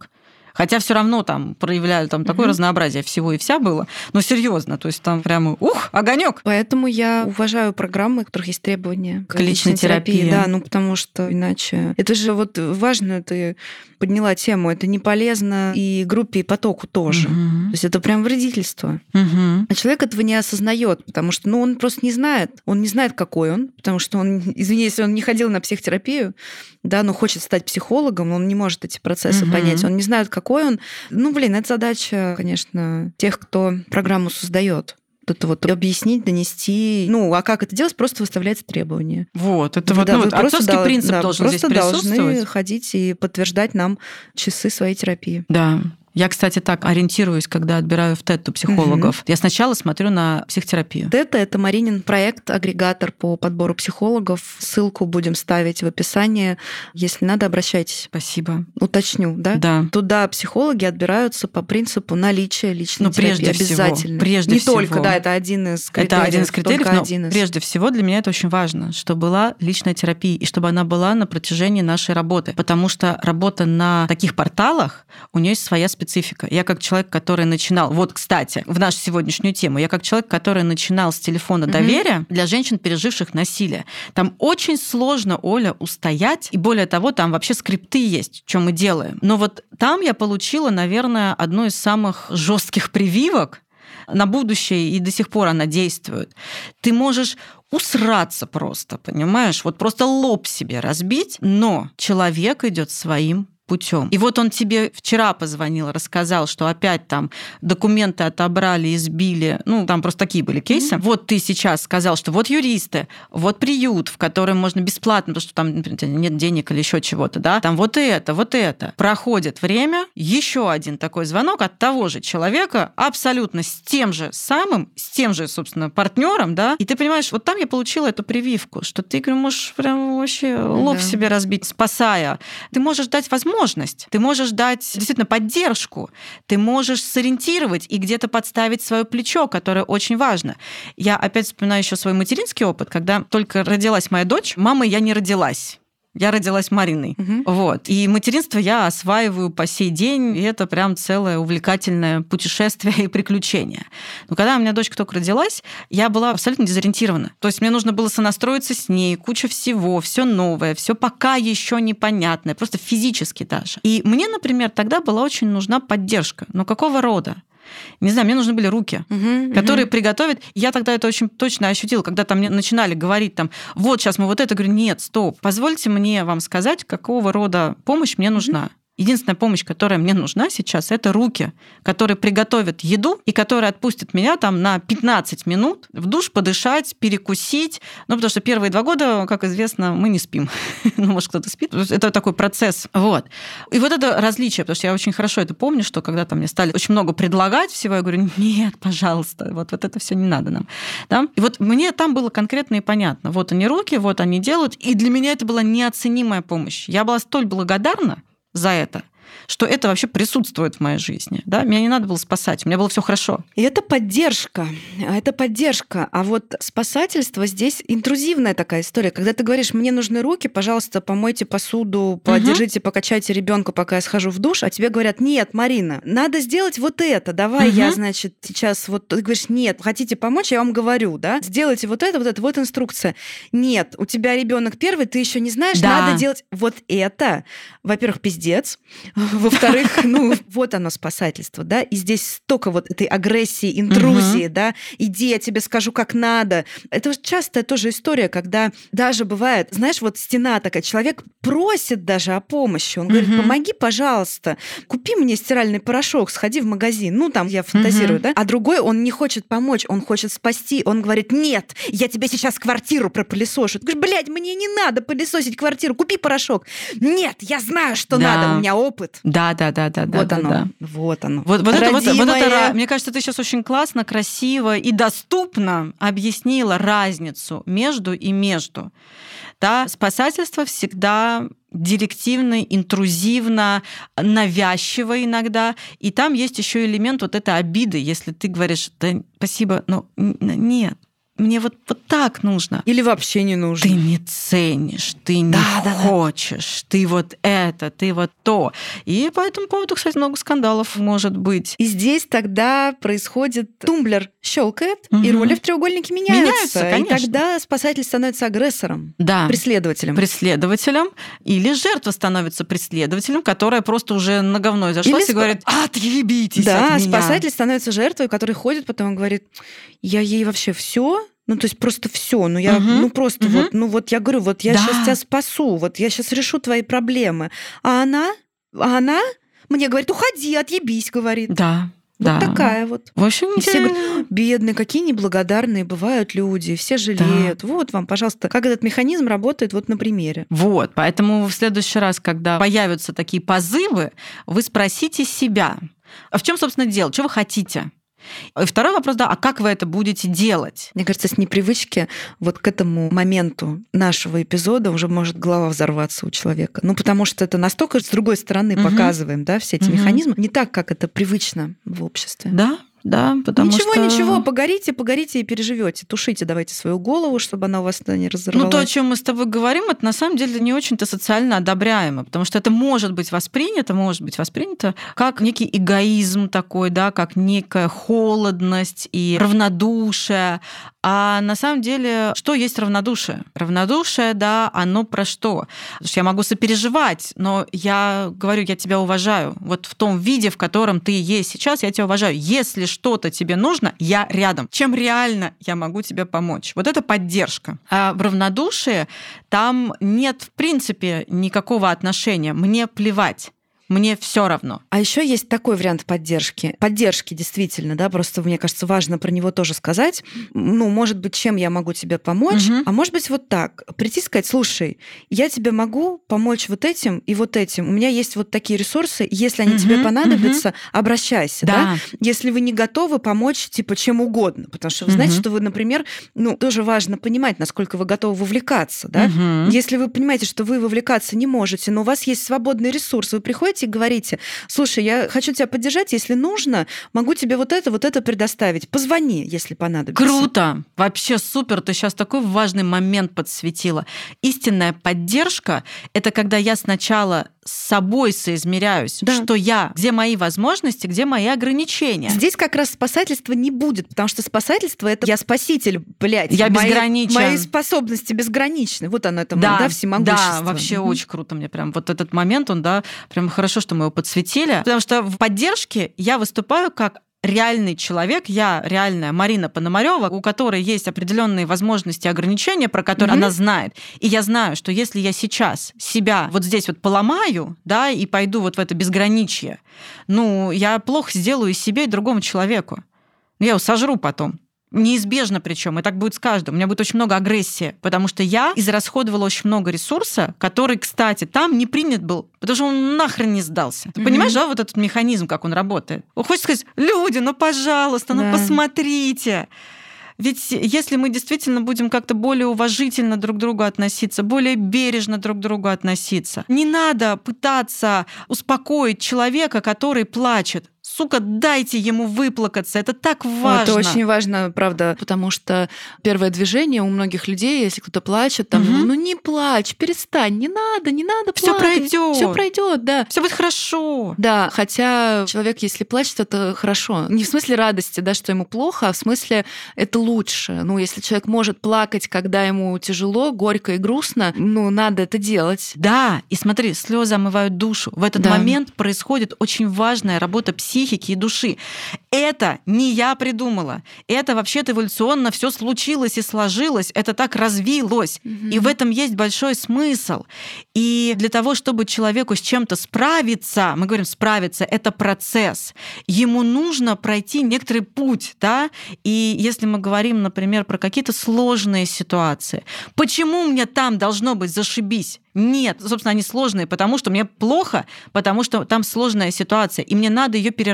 Хотя все равно там проявляли там такое разнообразие всего и вся было. Но серьезно, то есть там прямо огонек. Поэтому я уважаю программы, у которых есть требования к личной терапии. Да, потому что иначе... Это же вот важно, ты подняла тему, это не полезно и группе, и потоку тоже. То есть это прям вредительство. А человек этого не осознает, потому что он просто не знает. Он не знает, какой он, потому что он, извини, если он не ходил на психотерапию, да, но хочет стать психологом, он не может эти процессы понять. Он не знает, какой он. Это задача, конечно, тех, кто программу создает. Это вот объяснить, донести. А как это делать? просто выставляется требования. Вот, это отцовский принцип должен здесь присутствовать. Просто должны ходить и подтверждать нам часы своей терапии. Да. Я, кстати, так ориентируюсь, когда отбираю в ТЭТ у психологов. Я сначала смотрю на психотерапию. ТЭТ — это Маринин проект, агрегатор по подбору психологов. Ссылку будем ставить в описании. Если надо, обращайтесь. Спасибо. Уточню, да? Да. Туда психологи отбираются по принципу наличия личной терапии. Обязательно. Прежде всего. Не только, да, это один из критериев. Это один из критериев, но прежде всего для меня это очень важно, чтобы была личная терапия и чтобы она была на протяжении нашей работы. Потому что работа на таких порталах, у нее есть своя специфика. Я как человек, который начинал... Вот, кстати, в нашу сегодняшнюю тему. Я как человек, который начинал с телефона доверия для женщин, переживших насилие. Там очень сложно, Оля, устоять. И более того, там вообще скрипты есть, что мы делаем. Но вот там я получила, наверное, одну из самых жестких прививок на будущее, и до сих пор она действует. Ты можешь усраться просто, понимаешь? Вот просто лоб себе разбить, но человек идет своим путем. И вот он тебе вчера позвонил, рассказал, что опять там документы отобрали, избили. Там просто такие были кейсы. Вот ты сейчас сказал, что вот юристы, вот приют, в котором можно бесплатно, потому что там нет денег или еще чего-то, да, там вот это, вот это. Проходит время, еще один такой звонок от того же человека, абсолютно с тем же, собственно, партнером, да, и ты понимаешь, вот там я получила эту прививку, что ты можешь прям вообще лоб себе разбить, спасая. Ты можешь дать возможность, ты можешь дать действительно поддержку, ты можешь сориентировать и где-то подставить свое плечо, которое очень важно. Я опять вспоминаю еще свой материнский опыт, когда только родилась моя дочь, мамой я не родилась. Я родилась Мариной. Вот. И материнство я осваиваю по сей день, и это прям целое увлекательное путешествие и приключение. Но когда у меня дочка только родилась, я была абсолютно дезориентирована. То есть мне нужно было сонастроиться с ней, куча всего, все новое, все пока еще непонятное, просто физически даже. И мне, например, тогда была очень нужна поддержка. Но какого рода? Не знаю, мне нужны были руки, которые приготовят. Я тогда это очень точно ощутила, когда там мне начинали говорить, вот сейчас мы вот это, говорю, нет, стоп, позвольте мне вам сказать, какого рода помощь мне нужна. Единственная помощь, которая мне нужна сейчас, это руки, которые приготовят еду и которые отпустят меня там на 15 минут в душ подышать, перекусить. Потому что первые 2 года, как известно, мы не спим. Может, кто-то спит. Это такой процесс. Вот. И вот это различие, потому что я очень хорошо это помню, что когда-то мне стали очень много предлагать всего, я говорю, нет, пожалуйста, вот это все не надо нам. Да? И вот мне там было конкретно и понятно. Вот они руки, вот они делают. И для меня это была неоценимая помощь. Я была столь благодарна за это, что это вообще присутствует в моей жизни. Да? Меня не надо было спасать, у меня было все хорошо. И это поддержка. А вот спасательство здесь интрузивная такая история. Когда ты говоришь, мне нужны руки, пожалуйста, помойте посуду, подержите, покачайте ребенка, пока я схожу в душ, а тебе говорят, нет, Марина, надо сделать вот это, давай я, значит, сейчас вот... Ты говоришь, нет, хотите помочь, я вам говорю, да? Сделайте вот это, вот инструкция. Нет, у тебя ребенок первый, ты еще не знаешь, надо делать вот это. Во-первых, пиздец. Во-вторых, вот оно спасательство, да, и здесь столько вот этой агрессии, интрузии, да, иди, я тебе скажу, как надо. Это частая тоже история, когда даже бывает, знаешь, вот стена такая, человек просит даже о помощи, он говорит, помоги, пожалуйста, купи мне стиральный порошок, сходи в магазин, там я фантазирую, да, а другой, он не хочет помочь, он хочет спасти, он говорит, нет, я тебе сейчас квартиру пропылесошу. Ты говоришь, блядь, мне не надо пылесосить квартиру, купи порошок. Нет, я знаю, что надо, у меня опыт. Да. Вот оно. Вот это, мне кажется, ты сейчас очень классно, красиво и доступно объяснила разницу между. Да, спасательство всегда директивно, интрузивно, навязчиво иногда. И там есть еще элемент вот этой обиды, если ты говоришь, да, спасибо, но нет. мне вот так нужно. Или вообще не нужно. Ты не ценишь, ты не хочешь, ты вот это, ты вот то. И по этому поводу, кстати, много скандалов может быть. И здесь тогда происходит тумблер щелкает, и роли в треугольнике меняются. Конечно. И тогда спасатель становится агрессором, преследователем. Преследователем. Или жертва становится преследователем, которая просто уже на говно зашлась и говорит: отъебитесь от меня. Да, спасатель становится жертвой, который ходит потом и говорит: я ей вообще все. Ну, то есть просто все. Ну, я, просто вот, я говорю, вот я сейчас тебя спасу, вот я сейчас решу твои проблемы. А она мне говорит: уходи, отъебись, говорит. Да. Вот такая вот. В общем, и все говорят: бедные, какие неблагодарные бывают люди, все жалеют. Да. Вот вам, пожалуйста, как этот механизм работает вот на примере. Вот, поэтому в следующий раз, когда появятся такие позывы, вы спросите себя: а в чем, собственно, дело? Что вы хотите? И второй вопрос, а как вы это будете делать? Мне кажется, с непривычки вот к этому моменту нашего эпизода уже может голова взорваться у человека. Ну, потому что это настолько с другой стороны показываем, да, все эти механизмы. Не так, как это привычно в обществе. Да, потому что... Ничего, погорите и переживете. Тушите давайте свою голову, чтобы она у вас не разорвалась. Ну, то, о чем мы с тобой говорим, это на самом деле не очень-то социально одобряемо, потому что это может быть воспринято как некий эгоизм такой, да, как некая холодность и равнодушие. А на самом деле, что есть равнодушие? Равнодушие, да, оно про что? Потому что я могу сопереживать, но я говорю, я тебя уважаю. Вот в том виде, в котором ты есть сейчас, я тебя уважаю. Если что-то тебе нужно, я рядом. Чем реально я могу тебе помочь? Вот это поддержка. А в равнодушии там нет, в принципе, никакого отношения. Мне плевать. Мне все равно. А еще есть такой вариант поддержки. Поддержки, действительно, да, просто мне кажется, важно про него тоже сказать. Ну, может быть, чем я могу тебе помочь, а может быть, вот так. Прийти и сказать: слушай, я тебе могу помочь вот этим и вот этим. У меня есть вот такие ресурсы, если они тебе понадобятся, обращайся, да. Если вы не готовы помочь, типа, чем угодно, потому что вы знаете, что вы, например, тоже важно понимать, насколько вы готовы вовлекаться, да. Если вы понимаете, что вы вовлекаться не можете, но у вас есть свободный ресурс, вы приходите и говорите: слушай, я хочу тебя поддержать, если нужно, могу тебе вот это предоставить. Позвони, если понадобится. Круто! Вообще супер! Ты сейчас такой важный момент подсветила. Истинная поддержка — это когда я сначала с собой соизмеряюсь, что где мои возможности, где мои ограничения. Здесь как раз спасательства не будет, потому что спасательство — это я спаситель, блядь. Я безграничен. Мои способности безграничны. Вот оно, это всемогущество. Да, вообще очень круто. Мне прям вот этот момент, он, прям хорошо, что мы его подсветили. Потому что в поддержке я выступаю как реальный человек, я реальная Марина Пономарёва, у которой есть определенные возможности и ограничения, про которые она знает. И я знаю, что если я сейчас себя вот здесь вот поломаю, да, и пойду вот в это безграничье, я плохо сделаю и себе, и другому человеку. Я его сожру потом. Неизбежно причем, и так будет с каждым. У меня будет очень много агрессии, потому что я израсходовала очень много ресурса, который, кстати, там не принят был, потому что он нахрен не сдался. Ты понимаешь, да, вот этот механизм, как он работает? Хочется сказать: люди, пожалуйста, посмотрите. Ведь если мы действительно будем как-то более уважительно друг к другу относиться, более бережно друг к другу относиться, не надо пытаться успокоить человека, который плачет. Сука, дайте ему выплакаться, это так важно. Это очень важно, правда, потому что первое движение у многих людей, если кто-то плачет, не плачь, перестань, не надо плакать. Все пройдет, да. Все будет хорошо. Да, хотя человек, если плачет, это хорошо. Не в смысле радости, да, что ему плохо, а в смысле это лучше. Если человек может плакать, когда ему тяжело, горько и грустно, надо это делать. Да, и смотри, слезы омывают душу. В этот момент происходит очень важная работа психики и души. Это не я придумала. Это вообще-то эволюционно все случилось и сложилось. Это так развилось. И в этом есть большой смысл. И для того, чтобы человеку с чем-то справиться, мы говорим справиться, это процесс. Ему нужно пройти некоторый путь, да? И если мы говорим, например, про какие-то сложные ситуации, почему мне там должно быть зашибись? Нет, собственно, они сложные, потому что мне плохо, потому что там сложная ситуация, и мне надо ее переработать.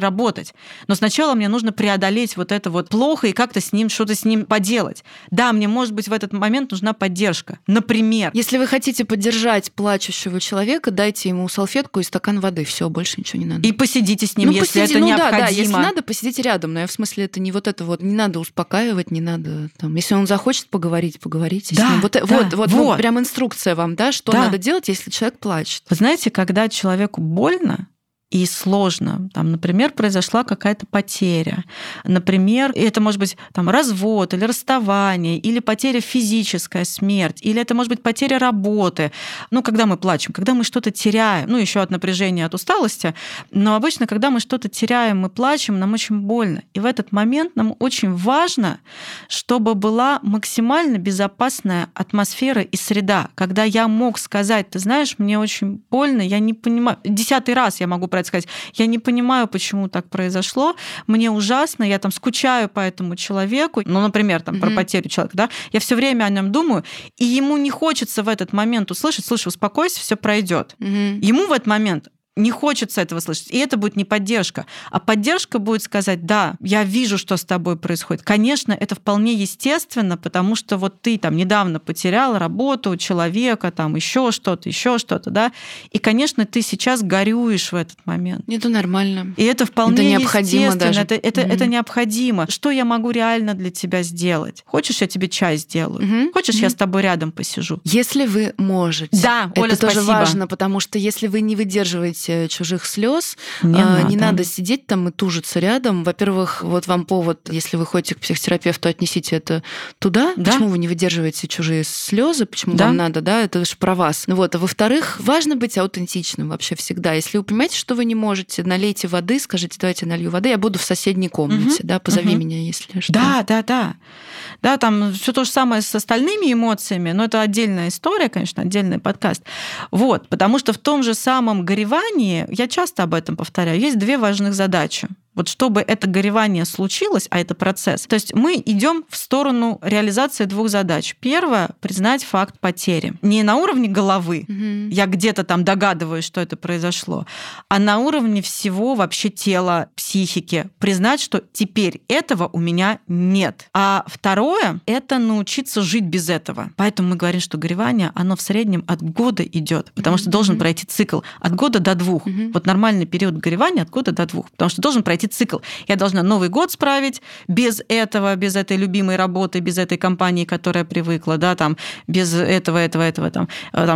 переработать. Но сначала мне нужно преодолеть вот это вот плохо и как-то что-то с ним поделать. Да, мне, может быть, в этот момент нужна поддержка. Например. Если вы хотите поддержать плачущего человека, дайте ему салфетку и стакан воды. Все, больше ничего не надо. И посидите с ним, если это необходимо. Да, если надо, посидите рядом. Но я в смысле, это не вот это вот. Не надо успокаивать, не надо там. Если он захочет поговорить, поговорите с ним. Вот прям инструкция вам, да, что надо делать, если человек плачет. Вы знаете, когда человеку больно и сложно, там, например, произошла какая-то потеря, например, это может быть там развод или расставание, или потеря физическая, смерть, или это может быть потеря работы. Когда мы плачем, когда мы что-то теряем, еще от напряжения, от усталости, но обычно, когда мы что-то теряем, мы плачем, нам очень больно. И в этот момент нам очень важно, чтобы была максимально безопасная атмосфера и среда, когда я мог сказать: ты знаешь, мне очень больно, я не понимаю, 10-й раз я могу сказать: я не понимаю, почему так произошло, мне ужасно, я там скучаю по этому человеку, например, там, про потерю человека, да, я все время о нем думаю, и ему не хочется в этот момент услышать: слушай, успокойся, все пройдет. Ему в этот момент не хочется этого слышать. И это будет не поддержка. А поддержка будет сказать: да, я вижу, что с тобой происходит. Конечно, это вполне естественно, потому что вот ты там недавно потерял работу человека, там еще что-то, да. И, конечно, ты сейчас горюешь в этот момент. Это нормально. И это вполне необходимо даже. Это необходимо. Что я могу реально для тебя сделать? Хочешь, я тебе чай сделаю? Хочешь, я с тобой рядом посижу? Если вы можете. Да, Оля, это тоже спасибо. Важно, потому что если вы не выдерживаете чужих слез, не надо сидеть там и тужиться рядом. Во-первых, вот вам повод, если вы ходите к психотерапевту, отнесите это туда. Да. Почему вы не выдерживаете чужие слезы? Почему вам надо? Да, это же про вас. А во-вторых, важно быть аутентичным вообще всегда. Если вы понимаете, что вы не можете, налейте воды, скажите: давайте налью воды, я буду в соседней комнате, да, позови меня, если что. Да. Да, там все то же самое с остальными эмоциями, но это отдельная история, конечно, отдельный подкаст. Потому что в том же самом горевании, я часто об этом повторяю, есть две важных задачи. Вот чтобы это горевание случилось, а это процесс, то есть мы идем в сторону реализации двух задач. Первое — признать факт потери. Не на уровне головы, я где-то там догадываюсь, что это произошло, а на уровне всего вообще тела, психики. Признать, что теперь этого у меня нет. А второе — это научиться жить без этого. Поэтому мы говорим, что горевание, оно в среднем от года идет, потому что должен пройти цикл от года до 2. Вот нормальный период горевания от года до 2, потому что должен пройти цикл. Я должна Новый год справить без этого, без этой любимой работы, без этой компании, которая привыкла, да, там, без этого, там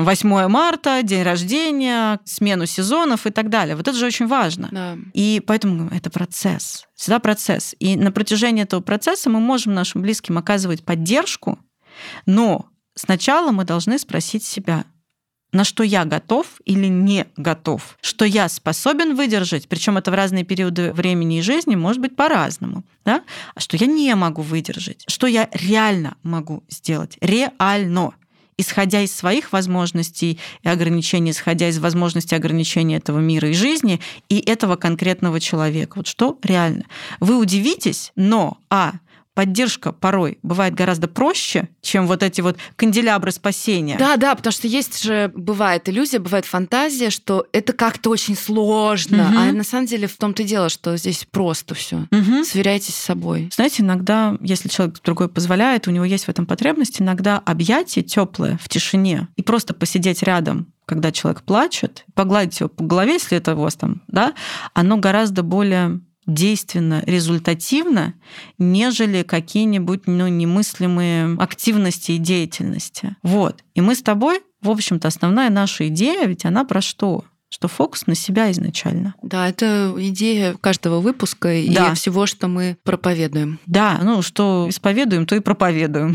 8 марта, день рождения, смену сезонов и так далее. Вот это же очень важно. Да. И поэтому это процесс. Всегда процесс. И на протяжении этого процесса мы можем нашим близким оказывать поддержку, но сначала мы должны спросить себя: на что я готов или не готов, что я способен выдержать, причем это в разные периоды времени и жизни может быть по-разному, да? А что я не могу выдержать, что я реально могу сделать, реально, исходя из своих возможностей и ограничений, исходя из возможностей и ограничений этого мира и жизни и этого конкретного человека. Вот что реально. Вы удивитесь, но поддержка порой бывает гораздо проще, чем вот эти вот канделябры спасения. Да, потому что бывает иллюзия, бывает фантазия, что это как-то очень сложно, а на самом деле в том-то и дело, что здесь просто все. Сверяйтесь с собой. Знаете, иногда, если человек другой позволяет, у него есть в этом потребность, иногда объятие теплое в тишине и просто посидеть рядом, когда человек плачет, погладить его по голове, если это у вас там, да, оно гораздо более действенно, результативно, нежели какие-нибудь немыслимые активности и деятельности. И мы с тобой, в общем-то, основная наша идея, ведь она про что? Что фокус на себя изначально. Да, это идея каждого выпуска и всего, что мы проповедуем. Да, что исповедуем, то и проповедуем.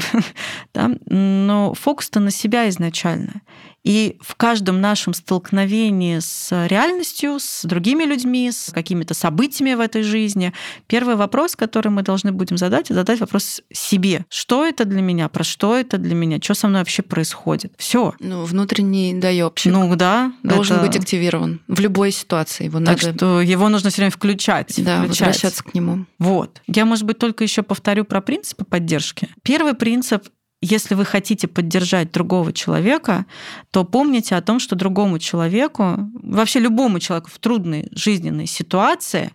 Но фокус-то на себя изначально. И в каждом нашем столкновении с реальностью, с другими людьми, с какими-то событиями в этой жизни, первый вопрос, который мы должны будем задать вопрос себе. Что это для меня? Про что это для меня? Что со мной вообще происходит? Все. Внутренний доёбщик. Должен быть активирован в любой ситуации. Что его нужно все время включать. Да, возвращаться к нему. Я, может быть, только еще повторю про принципы поддержки. Первый принцип: если вы хотите поддержать другого человека, то помните о том, что другому человеку, вообще любому человеку в трудной жизненной ситуации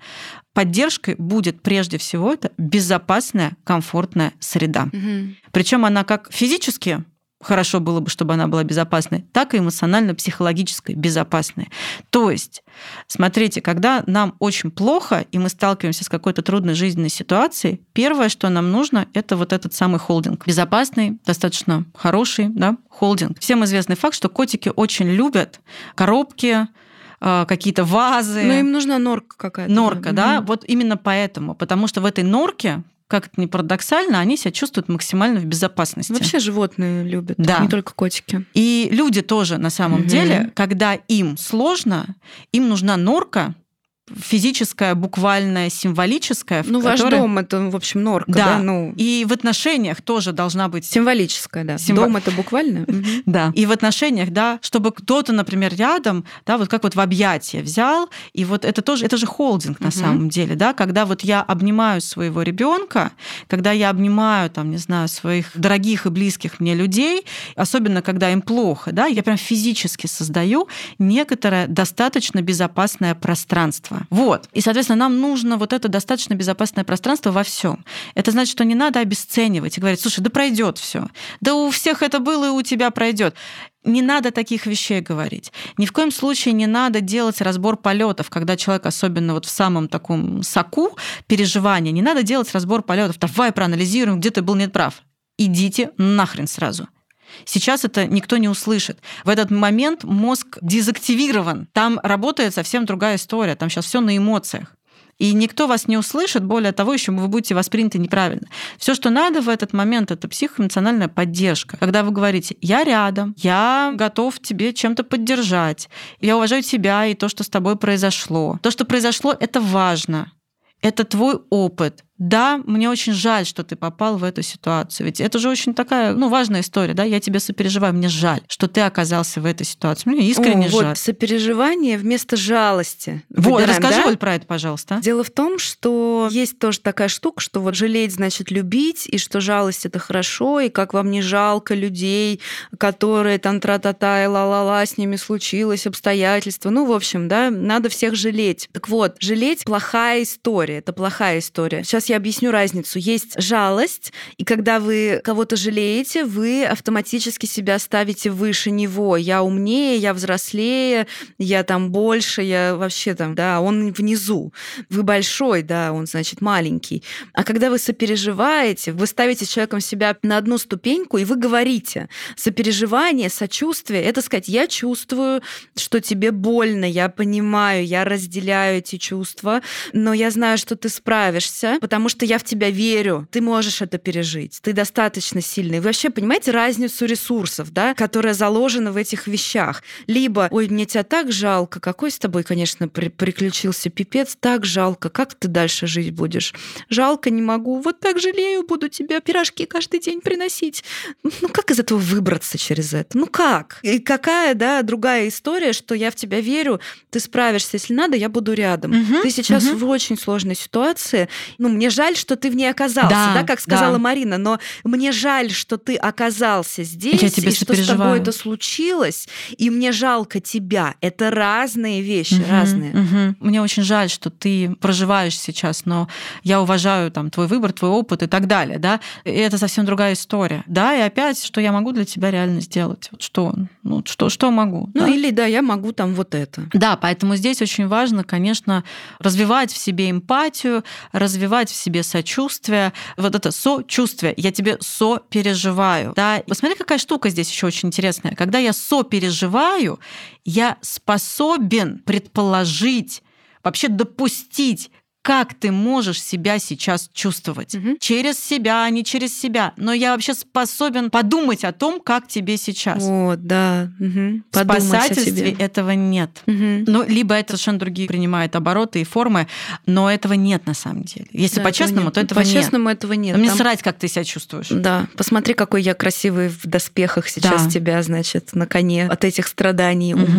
поддержкой будет прежде всего это безопасная, комфортная среда. Причем она как физически хорошо было бы, чтобы она была безопасной, так и эмоционально-психологической безопасной. То есть, смотрите, когда нам очень плохо, и мы сталкиваемся с какой-то трудной жизненной ситуацией, первое, что нам нужно, это вот этот самый холдинг. Безопасный, достаточно хороший, да, холдинг. Всем известный факт, что котики очень любят коробки, какие-то вазы. Но им нужна норка какая-то. Норка, да. Вот именно поэтому. Потому что в этой норке, как это ни парадоксально, они себя чувствуют максимально в безопасности. Вообще животные любят, да. Не только котики. И люди тоже на самом деле, когда им сложно, им нужна норка, физическая, буквальная, символическая. Ваш дом — это, в общем, норка, да? Ну... И в отношениях тоже должна быть... Символическая, да. Дом — это буквально? Да. И в отношениях, да, чтобы кто-то, например, рядом, да, вот как вот в объятия взял, и вот это тоже, это же холдинг на самом деле, да, когда вот я обнимаю своего ребенка, когда я обнимаю, там, не знаю, своих дорогих и близких мне людей, особенно когда им плохо, да, я прям физически создаю некоторое достаточно безопасное пространство. Вот. И, соответственно, нам нужно вот это достаточно безопасное пространство во всем. Это значит, что не надо обесценивать и говорить: слушай, да пройдет все. Да у всех это было, и у тебя пройдет. Не надо таких вещей говорить. Ни в коем случае не надо делать разбор полетов, когда человек, особенно вот в самом таком соку переживания, не надо делать разбор полетов. Давай проанализируем, где ты был неправ. Идите нахрен сразу. Сейчас это никто не услышит. В этот момент мозг дезактивирован. Там работает совсем другая история. Там сейчас все на эмоциях. И никто вас не услышит, более того, еще вы будете восприняты неправильно. Все, что надо в этот момент, это психоэмоциональная поддержка. Когда вы говорите: я рядом, я готов тебе чем-то поддержать, я уважаю тебя и то, что с тобой произошло. То, что произошло, это важно. Это твой опыт. Да, мне очень жаль, что ты попал в эту ситуацию. Ведь это же очень такая, важная история, да? Я тебе сопереживаю, мне жаль, что ты оказался в этой ситуации. Мне искренне жаль. Вот сопереживание вместо жалости. Вот, расскажи, Оль, про это, пожалуйста. Дело в том, что есть тоже такая штука, что вот жалеть значит любить, и что жалость — это хорошо, и как вам не жалко людей, которые там тра-та-та и ла-ла-ла, с ними случилось, обстоятельства. В общем, да, надо всех жалеть. Так вот, жалеть — плохая история, это плохая история. Сейчас я объясню разницу. Есть жалость, и когда вы кого-то жалеете, вы автоматически себя ставите выше него. Я умнее, я взрослее, я там больше, я вообще там, да, он внизу. Вы большой, да, он, значит, маленький. А когда вы сопереживаете, вы ставите с человеком себя на одну ступеньку, и вы говорите. Сопереживание, сочувствие — это сказать: я чувствую, что тебе больно, я понимаю, я разделяю эти чувства, но я знаю, что ты справишься, потому что я в тебя верю, ты можешь это пережить, ты достаточно сильный. Вы вообще понимаете разницу ресурсов, да, которая заложена в этих вещах? Либо: ой, мне тебя так жалко, какой с тобой, конечно, приключился пипец, так жалко, как ты дальше жить будешь? Жалко, не могу, вот так жалею, буду тебе пирожки каждый день приносить. Как из этого выбраться через это? Как? И какая, да, другая история, что я в тебя верю, ты справишься, если надо, я буду рядом. Ты сейчас в очень сложной ситуации, мне жаль, что ты в ней оказался, да, как сказала Марина, но мне жаль, что ты оказался здесь, и что с тобой это случилось, и мне жалко тебя. Это разные вещи, разные. Мне очень жаль, что ты проживаешь сейчас, но я уважаю там твой выбор, твой опыт и так далее, да. И это совсем другая история, да. И опять, что я могу для тебя реально сделать? Вот что могу? Или да, я могу там вот это. Да, поэтому здесь очень важно, конечно, развивать в себе эмпатию, развивать в себе сочувствие, вот это сочувствие, я тебе сопереживаю. Да? Посмотри, какая штука здесь еще очень интересная. Когда я сопереживаю, я способен предположить, вообще допустить, как ты можешь себя сейчас чувствовать. Через себя, не через себя. Но я вообще способен подумать о том, как тебе сейчас. Вот, да. В спасательстве этого нет. Либо это совершенно другие принимает обороты и формы, но этого нет на самом деле. Если по-честному, то этого нет. По-честному этого нет. Мне срать, как ты себя чувствуешь. Да. Посмотри, какой я красивый в доспехах сейчас тебя, значит, на коне от этих страданий умчу.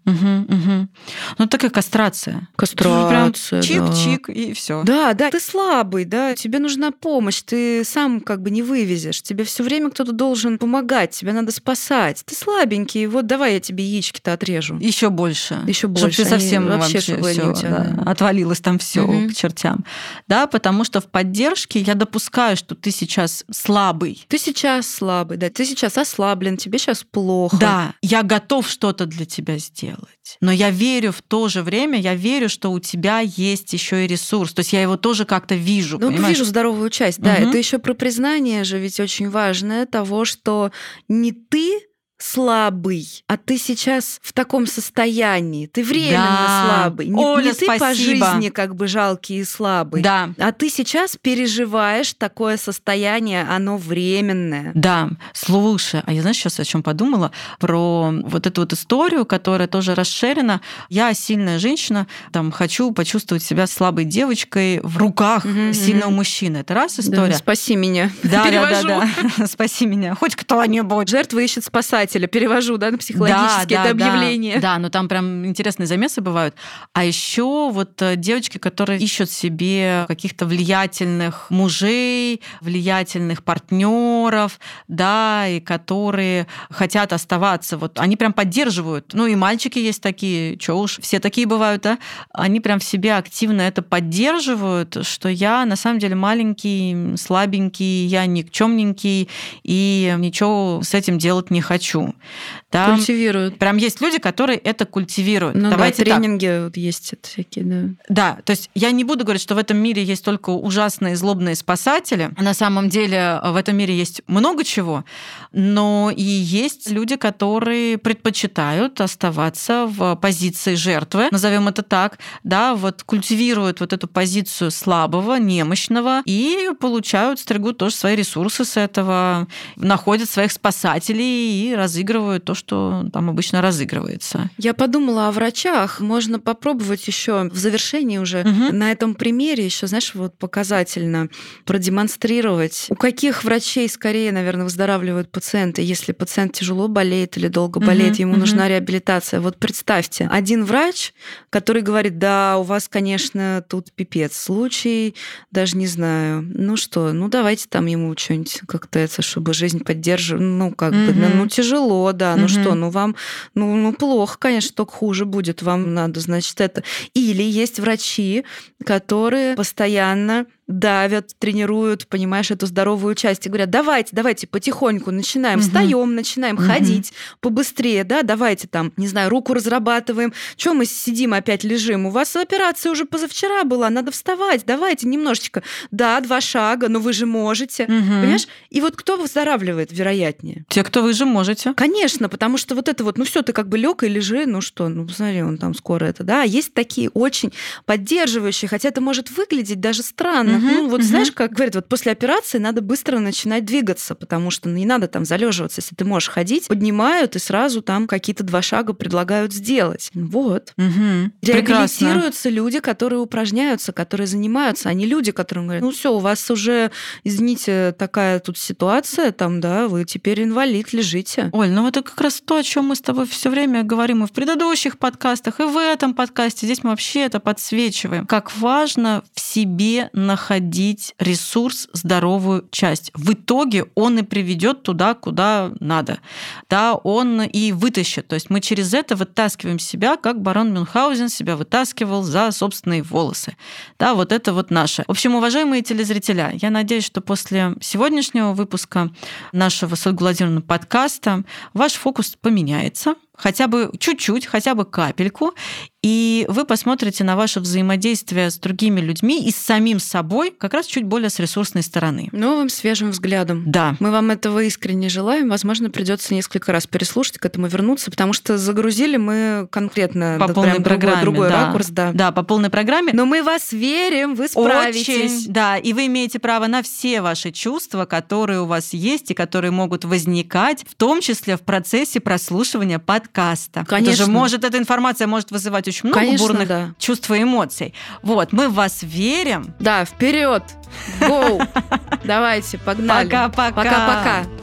Ну, такая кастрация. Кастрация, чик-чик, и все. Да, ты слабый, да, тебе нужна помощь, ты сам как бы не вывезешь, тебе все время кто-то должен помогать, тебя надо спасать. Ты слабенький, вот давай я тебе яички-то отрежу. Еще больше. Чтобы ты совсем вообще всё, да. отвалилось там все к чертям. Да, потому что в поддержке я допускаю, что ты сейчас слабый. Ты сейчас слабый, да, ты сейчас ослаблен, тебе сейчас плохо. Да, я готов что-то для тебя сделать. Но я верю в то же время, я верю, что у тебя есть еще и ресурс. То есть я его тоже как-то вижу. Ну, понимаешь? вижу здоровую часть, да. Это еще про признание же ведь очень важное того, что не ты слабый, а ты сейчас в таком состоянии. Ты временно слабый. Оля, не ты спасибо. по жизни как бы жалкий и слабый. Да. А ты сейчас переживаешь такое состояние, оно временное. Да. Слушай, а я, знаешь, сейчас о чем подумала? Про вот эту вот историю, которая тоже расширена. Я сильная женщина, там, хочу почувствовать себя слабой девочкой в руках сильного мужчины. Это раз история. Да, спаси меня. Да. Спаси меня. Хоть кто-нибудь. Жертва ищет спасателя. Перевожу, да, на психологически это объявление. Да, но там прям интересные замесы бывают. А еще вот девочки, которые ищут себе каких-то влиятельных мужей, влиятельных партнеров, да, и которые хотят оставаться. Вот они прям поддерживают. Ну и мальчики есть такие, чё уж, все такие бывают, да. Они прям в себе активно это поддерживают, что я на самом деле маленький, слабенький, я никчемненький, и ничего с этим делать не хочу. Там культивируют. Прям есть люди, которые это культивируют. Ну давайте да, тренинги вот есть всякие, да. Да, то есть я не буду говорить, что в этом мире есть только ужасные злобные спасатели. На самом деле в этом мире есть много чего, но и есть люди, которые предпочитают оставаться в позиции жертвы, назовем это так, да, вот культивируют вот эту позицию слабого, немощного и получают, стригут тоже свои ресурсы с этого, находят своих спасателей и разыгрывают то, что там обычно разыгрывается. Я подумала о врачах. Можно попробовать еще в завершении уже на этом примере еще, знаешь, вот показательно продемонстрировать, у каких врачей скорее, наверное, выздоравливают пациенты, если пациент тяжело болеет или долго болеет, ему нужна реабилитация. Вот представьте, один врач, который говорит: да, у вас, конечно, тут пипец случай, даже не знаю, ну что, ну давайте там ему что-нибудь как-то это, чтобы жизнь поддерживать, ну как бы, ну тяжело, да, ну что, ну вам, ну плохо, конечно, только хуже будет, вам надо, значит, это. Или есть врачи, которые постоянно давят, тренируют, понимаешь, эту здоровую часть и говорят: давайте потихоньку начинаем, встаем, начинаем ходить побыстрее, да, давайте там, не знаю, руку разрабатываем. Чего мы сидим, опять лежим? У вас операция уже позавчера была, надо вставать, давайте немножечко. Да, 2 шага, но вы же можете, понимаешь? И вот кто выздоравливает вероятнее? Те, кто вы же можете. Конечно, потому что вот это вот, ну все, ты как бы лег и лежи, ну что, ну посмотри, он там скоро это, да. Есть такие очень поддерживающие, хотя это может выглядеть даже странно. Ну, вот знаешь, как говорят, вот после операции надо быстро начинать двигаться, потому что не надо там залеживаться. Если ты можешь ходить, поднимают и сразу там какие-то 2 шага предлагают сделать. Вот. Реабилитируются люди, которые упражняются, которые занимаются, а не люди, которым говорят: ну все, у вас уже, извините, такая тут ситуация, там, да, вы теперь инвалид, лежите. Оль, ну это как раз то, о чем мы с тобой все время говорим и в предыдущих подкастах, и в этом подкасте. Здесь мы вообще это подсвечиваем. Как важно в себе находить ресурс, здоровую часть. В итоге он и приведет туда, куда надо. Да, он и вытащит. То есть мы через это вытаскиваем себя, как барон Мюнхгаузен себя вытаскивал за собственные волосы. Да, вот это вот наше. В общем, уважаемые телезрителя, я надеюсь, что после сегодняшнего выпуска нашего с Ольгой Владимировной подкаста ваш фокус поменяется. Хотя бы чуть-чуть, хотя бы капельку, и вы посмотрите на ваше взаимодействие с другими людьми и с самим собой как раз чуть более с ресурсной стороны. Новым свежим взглядом. Да. Мы вам этого искренне желаем. Возможно, придется несколько раз переслушать, к этому вернуться, потому что загрузили мы конкретно по полной программе, другой ракурс. Да. Да, по полной программе. Но мы вас верим, вы справитесь. Очень, да, и вы имеете право на все ваши чувства, которые у вас есть и которые могут возникать, в том числе в процессе прослушивания подкаста. Конечно. Эта информация может вызывать очень много бурных чувств и эмоций. Вот, мы в вас верим. Да, вперед! Гоу! Давайте, погнали. Пока-пока. Пока-пока.